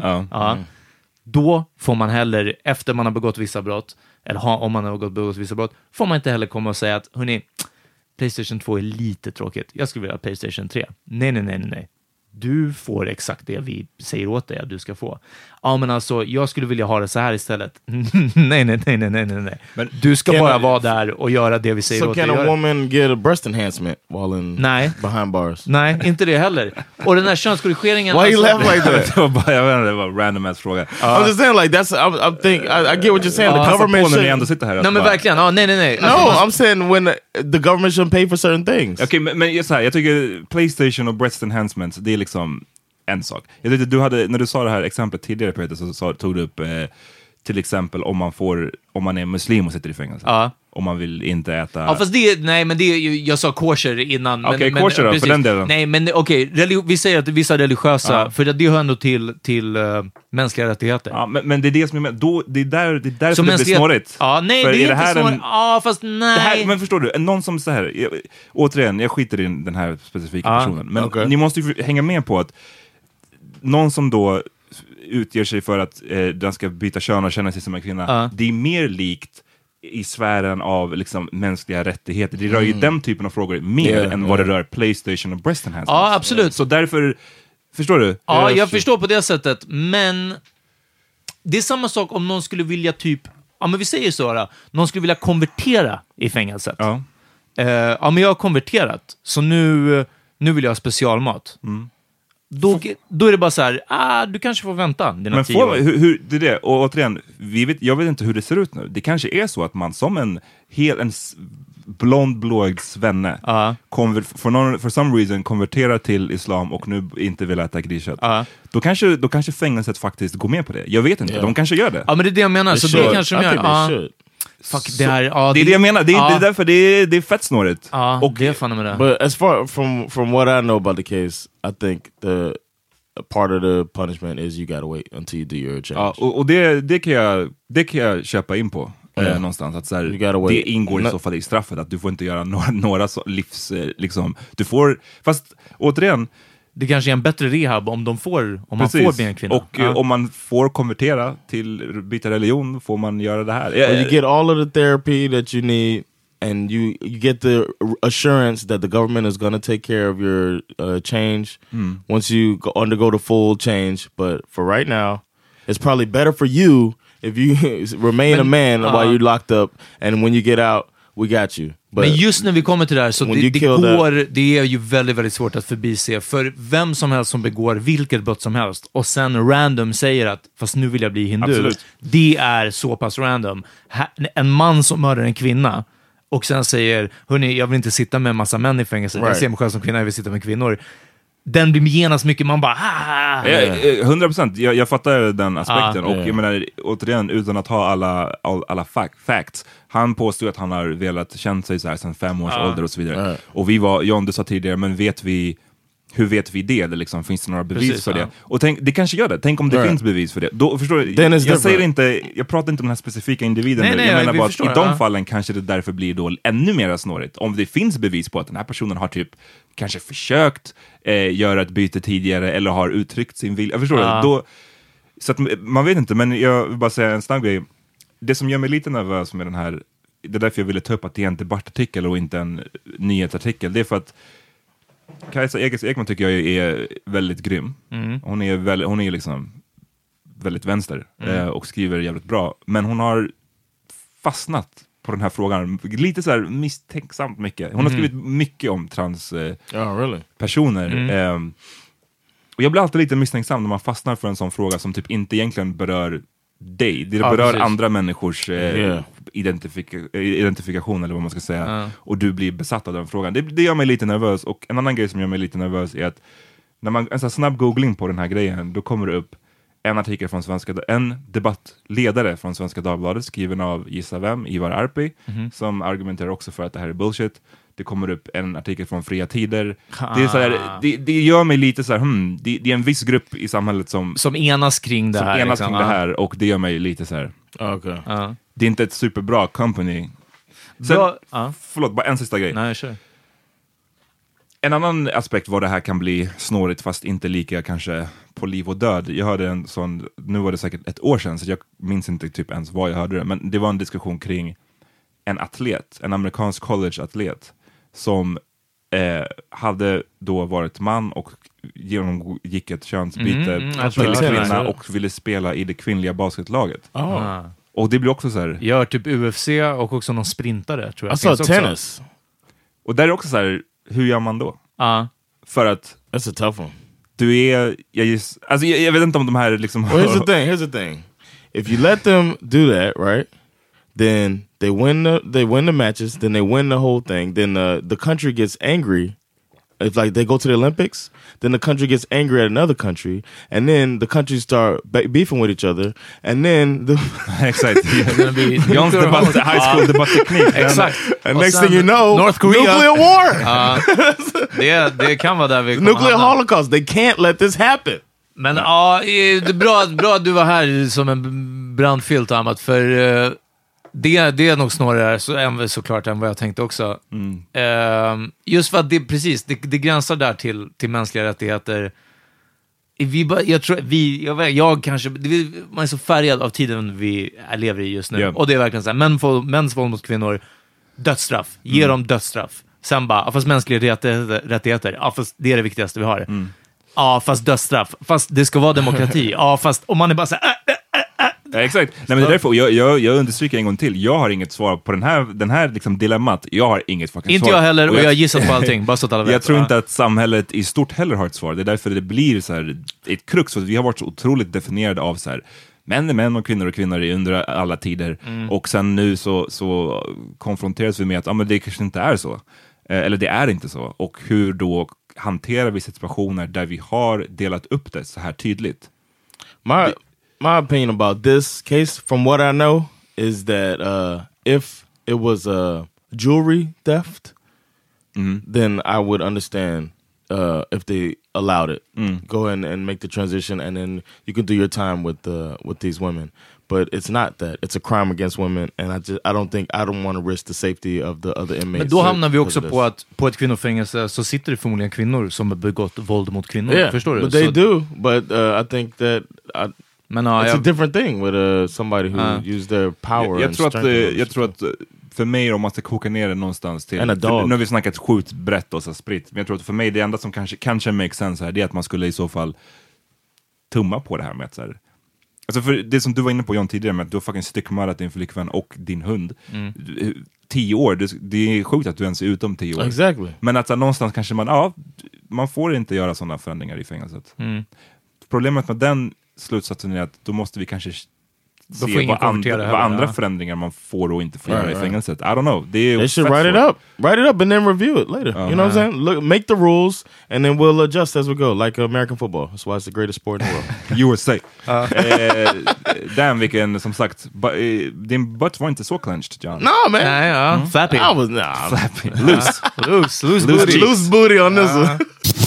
Då får man heller, efter man har begått vissa brott, eller om man har begått vissa brott, får man inte heller komma och säga att, hörni, PlayStation 2 är lite tråkigt. Jag skulle vilja ha PlayStation 3. Nej. Du får exakt det vi säger åt dig att du ska få. Ja, men alltså, jag skulle vilja ha det så här istället. Nej. Men du ska bara vara där och göra det vi säger åt dig. So can a woman get a breast enhancement while in behind bars? Nej, inte det heller. Och den här könskorrigeringen... Why you laugh like that? Jag vet inte, det var en random ass fråga. I'm just saying, like, that's, I get what you're saying. The government should... ändå sitter här. Nej, men verkligen. Nej. No, I'm saying when the government should pay for certain things. Okej, men jag tycker PlayStation och breast enhancement, det är liksom en sak. Jag tyckte du hade, när du sa det här exemplet tidigare, Peter, så tog du upp till exempel om man är muslim och sitter i fängelse. Om man vill inte äta... Ja, fast jag sa kosher innan. Okej, kosher då, för den delen. Nej, men vi säger att vissa religiösa, för det hör ändå till mänskliga rättigheter. Ja, men det är det som jag menar. Det är där som det blir snårigt. Ja, nej, för det är inte snårigt. Ja, fast nej. Det här, men förstår du, någon som så här, återigen, jag skiter i den här specifika personen. Men ni måste ju hänga med på att någon som då utger sig för att den ska byta kön och känna sig som en kvinna, det är mer likt i sfären av liksom mänskliga rättigheter. Det rör ju den typen av frågor mer än vad det rör PlayStation och breast enhancement. Ja, absolut. Så därför, förstår du? Ja, jag förstår på det sättet, men det är samma sak om någon skulle vilja typ, men vi säger så då, någon skulle vilja konvertera i fängelset. Ja, men jag har konverterat, så nu vill jag ha specialmat. Då är det bara så här, du kanske får vänta dina 10 år. Hur, det är det, och återigen, jag vet inte hur det ser ut nu. Det kanske är så att man som en blond-blåögd svenne for some reason konverterar till islam och nu inte vill äta griskött. Då kanske fängelset faktiskt går med på det. Jag vet inte, de kanske gör det. Ja, men det är det jag menar, så det kanske de gör. Fuck, det här, det är det jag menar, det är därför det är fett snårigt. Och det är fan med det. But as far from what I know about the case, I think part of the punishment is you gotta wait until you do your change. Och det kan jag köpa in på någonstans, att så här, det ingår i så fall i straffet att du får inte göra några liksom, du får, fast återigen, det kanske är en bättre rehab om man får bli en kvinna. Och om man får konvertera till byta religion, får man göra det här. You get all of the therapy that you need, and you get the assurance that the government is going to take care of your change once you undergo the full change. But for right now, it's probably better for you if you remain a man while you're locked up, and when you get out, we got you. But men just när vi kommer till det här så det är ju väldigt, väldigt svårt att förbise för vem som helst som begår vilket brott som helst och sen random säger att fast nu vill jag bli hindu. Absolut. Det är så pass random. En man som mördar en kvinna och sen säger, hörni, jag vill inte sitta med en massa män i fängelse. Jag ser mig själv som kvinna, jag vill sitta med kvinnor. Den blir genast mycket, man bara 100%, jag fattar den aspekten. Och jag menar, återigen, utan att ha alla facts. Han påstod att han har velat känt sig så här sedan 5 års ålder och så vidare. Och vi var, John, du sa tidigare, men hur vet vi det? Eller liksom, finns det några bevis för det? Och det kanske gör det. Tänk om det finns bevis för det. Då, förstår du, jag pratar inte om den här specifika individen. Nej, jag menar bara att i de fallen kanske det därför blir då ännu mer snårigt. Om det finns bevis på att den här personen har typ kanske försökt göra ett byte tidigare eller har uttryckt sin vilja. Jag förstår det. Då, så att man vet inte, men jag vill bara säga en snabb grej. Det som gör mig lite nervös med den här, det är därför jag ville ta upp att det är en debattartikel och inte en nyhetsartikel. Det är för att Kajsa Ekman tycker jag är väldigt grym. Hon är liksom väldigt vänster och skriver jävligt bra. Men hon har fastnat på den här frågan lite så här misstänksamt mycket. Hon har skrivit mycket om personer. Och jag blir alltid lite misstänksam när man fastnar för en sån fråga som typ inte egentligen berör dig. Det berör andra människors identifikation eller vad man ska säga. Och du blir besatt av den frågan. Det gör mig lite nervös. Och en annan grej som gör mig lite nervös är att när man en sån snabb googling på den här grejen, då kommer det upp en artikel från en debattledare från Svenska Dagbladet skriven av, gissa vem, Ivar Arpi, som argumenterar också för att det här är bullshit. Det kommer upp en artikel från Fria Tider. Det är så här, det gör mig lite så här, det är en viss grupp i samhället som enas kring det här. Kring det här, och det gör mig lite så här. Det är inte ett superbra company. Sen, förlåt, bara en sista grej. Nej, kör. En annan aspekt var det här kan bli snårigt fast inte lika kanske på liv och död. Jag hörde en sån, nu var det säkert 1 år sedan så jag minns inte typ ens vad jag hörde det, men det var en diskussion kring en amerikansk college-atlet som hade då varit man och genomgick ett könsbyte till kvinna och ville spela i det kvinnliga basketlaget. Och det blir också så här. Gör typ UFC och också någon sprintare tror jag. Alltså tennis. Och där är också så här, hur gör man då? För att that's a tough one. Du är jag vet inte om de här liksom here's the thing. If you let them do that, right? Then they win the matches, then they win the whole thing, then the country gets angry. If like they go to the Olympics, then the country gets angry at another country, and then the countries start beefing with each other, and then exactly. John's high school debatteknik. Exakt. And next thing you know, North Korea. Nuclear war. Det kan vara där vi kommer nuclear holocaust. They can't let this happen. Men det är bra att du var här som en brandfilt, Amat, för det är nog snarare såklart än vad jag tänkte också. Just för att det gränsar där till mänskliga rättigheter. Jag kanske man är så färgad av tiden vi lever i just nu. Och det är verkligen så här, mäns våld mot kvinnor, dödsstraff, ge dem dödsstraff. Sen bara, fast mänskliga rättigheter, fast det är det viktigaste vi har. Fast dödsstraff, fast det ska vara demokrati. Fast om man är bara så här, Ja, exakt. Nej, men det är därför jag understryker en gång till. Jag har inget svar på den här liksom dilemmat. Jag har inget fucking inte svar. Inte jag heller, och jag gissar på allting. Bara så att alla vet. Jag tror inte att samhället i stort heller har ett svar. Det är därför det blir så här ett krux. Så vi har varit så otroligt definierade av så här, män är män och kvinnor är under alla tider. Och sen nu så konfronteras vi med att men det kanske inte är så. Eller det är inte så. Och hur då hanterar vi situationer där vi har delat upp det så här tydligt? My opinion about this case, from what I know, is that if it was a jewelry theft, then I would understand if they allowed it. Go ahead and make the transition, and then you can do your time with these women. But it's not that. It's a crime against women, and I don't want to risk the safety of the other inmates. Men då hamnar vi också på ett kvinnofängelse, så sitter det förmodligen kvinnor som har begått våld mot kvinnor. Yeah, förstår du? But they do. But I think that it's a different thing with somebody who used their power. Jag tror att för mig, om man ska koka ner det någonstans till, nu har vi snackat skjutbrett och så spritt, men jag tror att för mig det enda som kanske makes sense här, det är att man skulle i så fall tumma på det här med att så här, Alltså för det som du var inne på John tidigare med att du har fucking styckmördat din flickvän och din hund. 10 år, det är sjukt att du ens är ute om 10 år. Exactly. Men att någonstans kanske man får inte göra sådana förändringar i fängelset. Problemet med den slutsatsen är att då måste vi kanske se vad andra förändringar man får och inte får göra i fängelset. I don't know. They should write it up and then review it later. You know what I'm saying? Look, make the rules and then we'll adjust as we go, like American football. That's why it's the greatest sport in the world. You would say. Damn, vilken, som sagt, din butt var inte så clenched, John. No, man. Flappy. I was flappy. Loose booty. Loose booty on this one.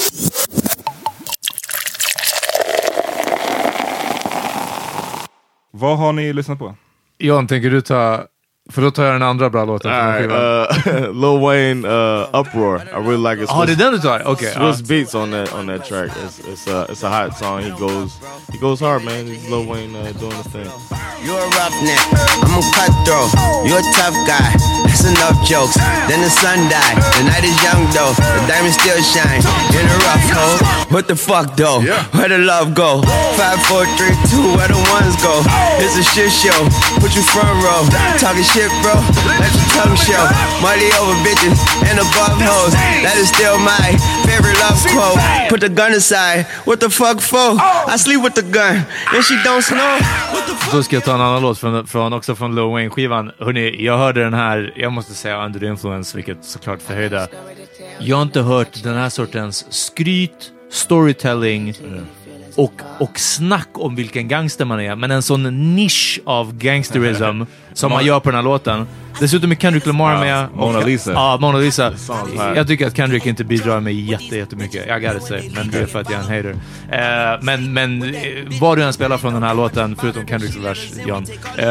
Vad har ni lyssnat på? John, tänker du ta... För då tar jag den andra bra låten. Lil Wayne, Uproar. I really like it. Det är den du tar? Okay. Swiss beats on that track. It's a hot song. He goes hard, man. He's Lil Wayne doing his thing. You're a roughneck, I'm a cutthroat. You're a tough guy, that's enough jokes. Then the sun died, the night is young though. The diamond still shine in a rough hole. What the fuck though? Where the love go? 5, 4, 3, 2, where the ones go? It's a shit show, put you front row. Talking shit bro, let your tongue show. Money over bitches and above hoes. That is still my favorite love quote. Put the gun aside, what the fuck for? I sleep with the gun, and she don't snow. What the fuck? Då ska jag ta en annan låt från Lil Wayne-skivan. Hörrni, jag hörde den här, jag måste säga Under the Influence, vilket såklart förhöjda. Jag har inte hört den här sortens skryt, storytelling och snack om vilken gangster man är, men en sån nisch av gangsterism som man gör på den här låten. Dessutom är Kendrick Lamar med. Mona Lisa. Ja, Mona Lisa. Jag tycker att Kendrick inte bidrar med jättemycket. Jag gotta say. Men det är för att jag är en hater. Men vad du än spelar från den här låten, förutom Kendricks vers, John.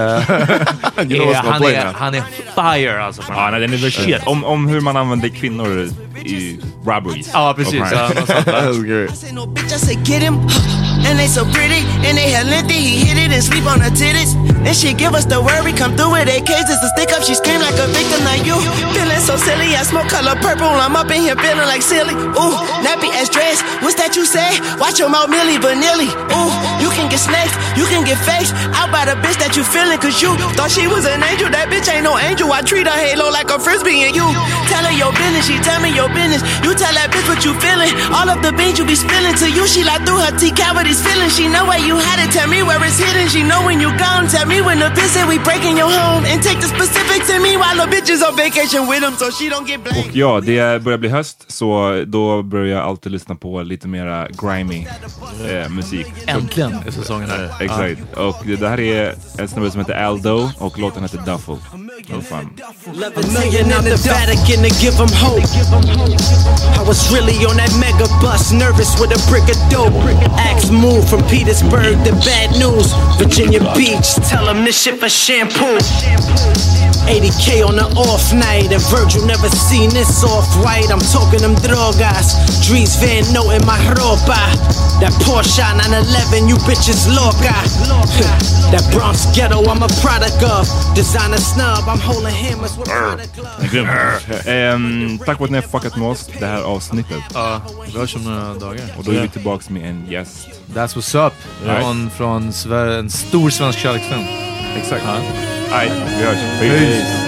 Han är fire alltså. Ja, nej, den är shit. Om hur man använder kvinnor i robberies. Ja, precis. And they so pretty, and they had lengthy. He hit it and sleep on her titties. And she give us the word, we come through with AKs. It's a stick up, she scream like a victim. Like you, feeling so silly. I smoke color purple, I'm up in here feeling like silly. Ooh, nappy ass dress, what's that you say? Watch your mouth, Millie Vanilli. Ooh, you can get snaked, you can get faced out by the bitch that you feeling. Cause you thought she was an angel, that bitch ain't no angel. I treat her halo like a frisbee. And you tell her your business, she tell me your business. You tell that bitch what you feeling. All of the beans you be spilling to you, she like through her teeth cavity. Feeling, she know where you had it, tell me where it's hidden. She know when you gone, tell me when the bitch said we breaking your home. And take the specifics in me while the bitch is on vacation with him so she don't get blamed. Och ja, det börjar bli höst, så då börjar jag alltid lyssna på lite mera grimy musik. Äntligen är säsongen här. Exakt. Och det här är en snubbe som heter Aldo och låten heter Duffel. Oh fan. A million in the Vatican to give them hope. I was really on that mega bus, nervous with a brick of dope. Axe move from Petersburg to bad news. Virginia Beach, tell them this shit for shampoo. 80K on the off night, and Virgil never seen this off white. I'm talking them drogas, Dries Van Noten, my ropa. That Porsche 911, you bitches loca. That Bronx ghetto, I'm a product of. Designer snub, I'm holding hammers with product gloves. Tack för att ni har fuckat med oss det här avsnittet. Ja, vi hörs om några dagar. Och då är vi tillbaka med en gäst. That's what's up. Från en stor svensk kärleksfilm. Exakt. Nej, vi hörs. Peace.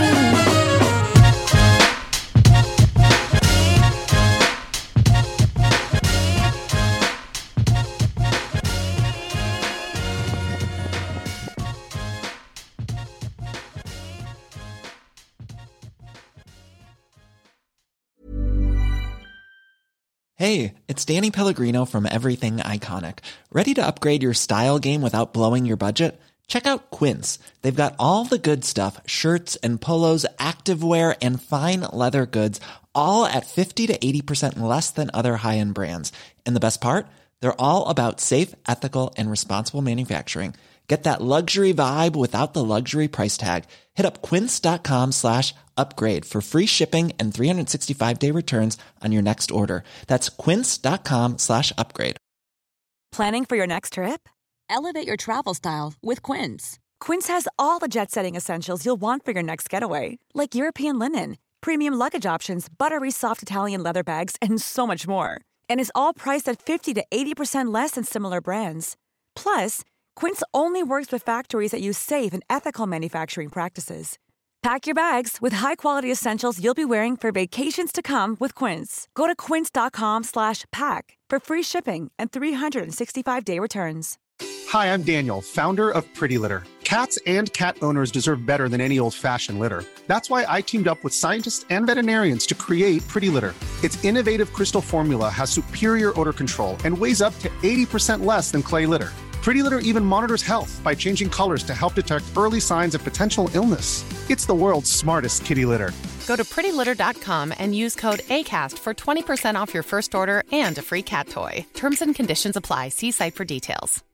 Hey, it's Danny Pellegrino from Everything Iconic. Ready to upgrade your style game without blowing your budget? Check out Quince. They've got all the good stuff, shirts and polos, activewear, and fine leather goods, all at 50 to 80% less than other high-end brands. And the best part? They're all about safe, ethical, and responsible manufacturing. Get that luxury vibe without the luxury price tag. Hit up quince.com/upgrade for free shipping and 365-day returns on your next order. That's quince.com/upgrade. Planning for your next trip? Elevate your travel style with Quince. Quince has all the jet-setting essentials you'll want for your next getaway, like European linen, premium luggage options, buttery soft Italian leather bags, and so much more. And is all priced at 50 to 80% less than similar brands. Plus, Quince only works with factories that use safe and ethical manufacturing practices. Pack your bags with high-quality essentials you'll be wearing for vacations to come with Quince. Go to quince.com/pack for free shipping and 365-day returns. Hi, I'm Daniel, founder of Pretty Litter. Cats and cat owners deserve better than any old-fashioned litter. That's why I teamed up with scientists and veterinarians to create Pretty Litter. Its innovative crystal formula has superior odor control and weighs up to 80% less than clay litter. Pretty Litter even monitors health by changing colors to help detect early signs of potential illness. It's the world's smartest kitty litter. Go to prettylitter.com and use code ACAST for 20% off your first order and a free cat toy. Terms and conditions apply. See site for details.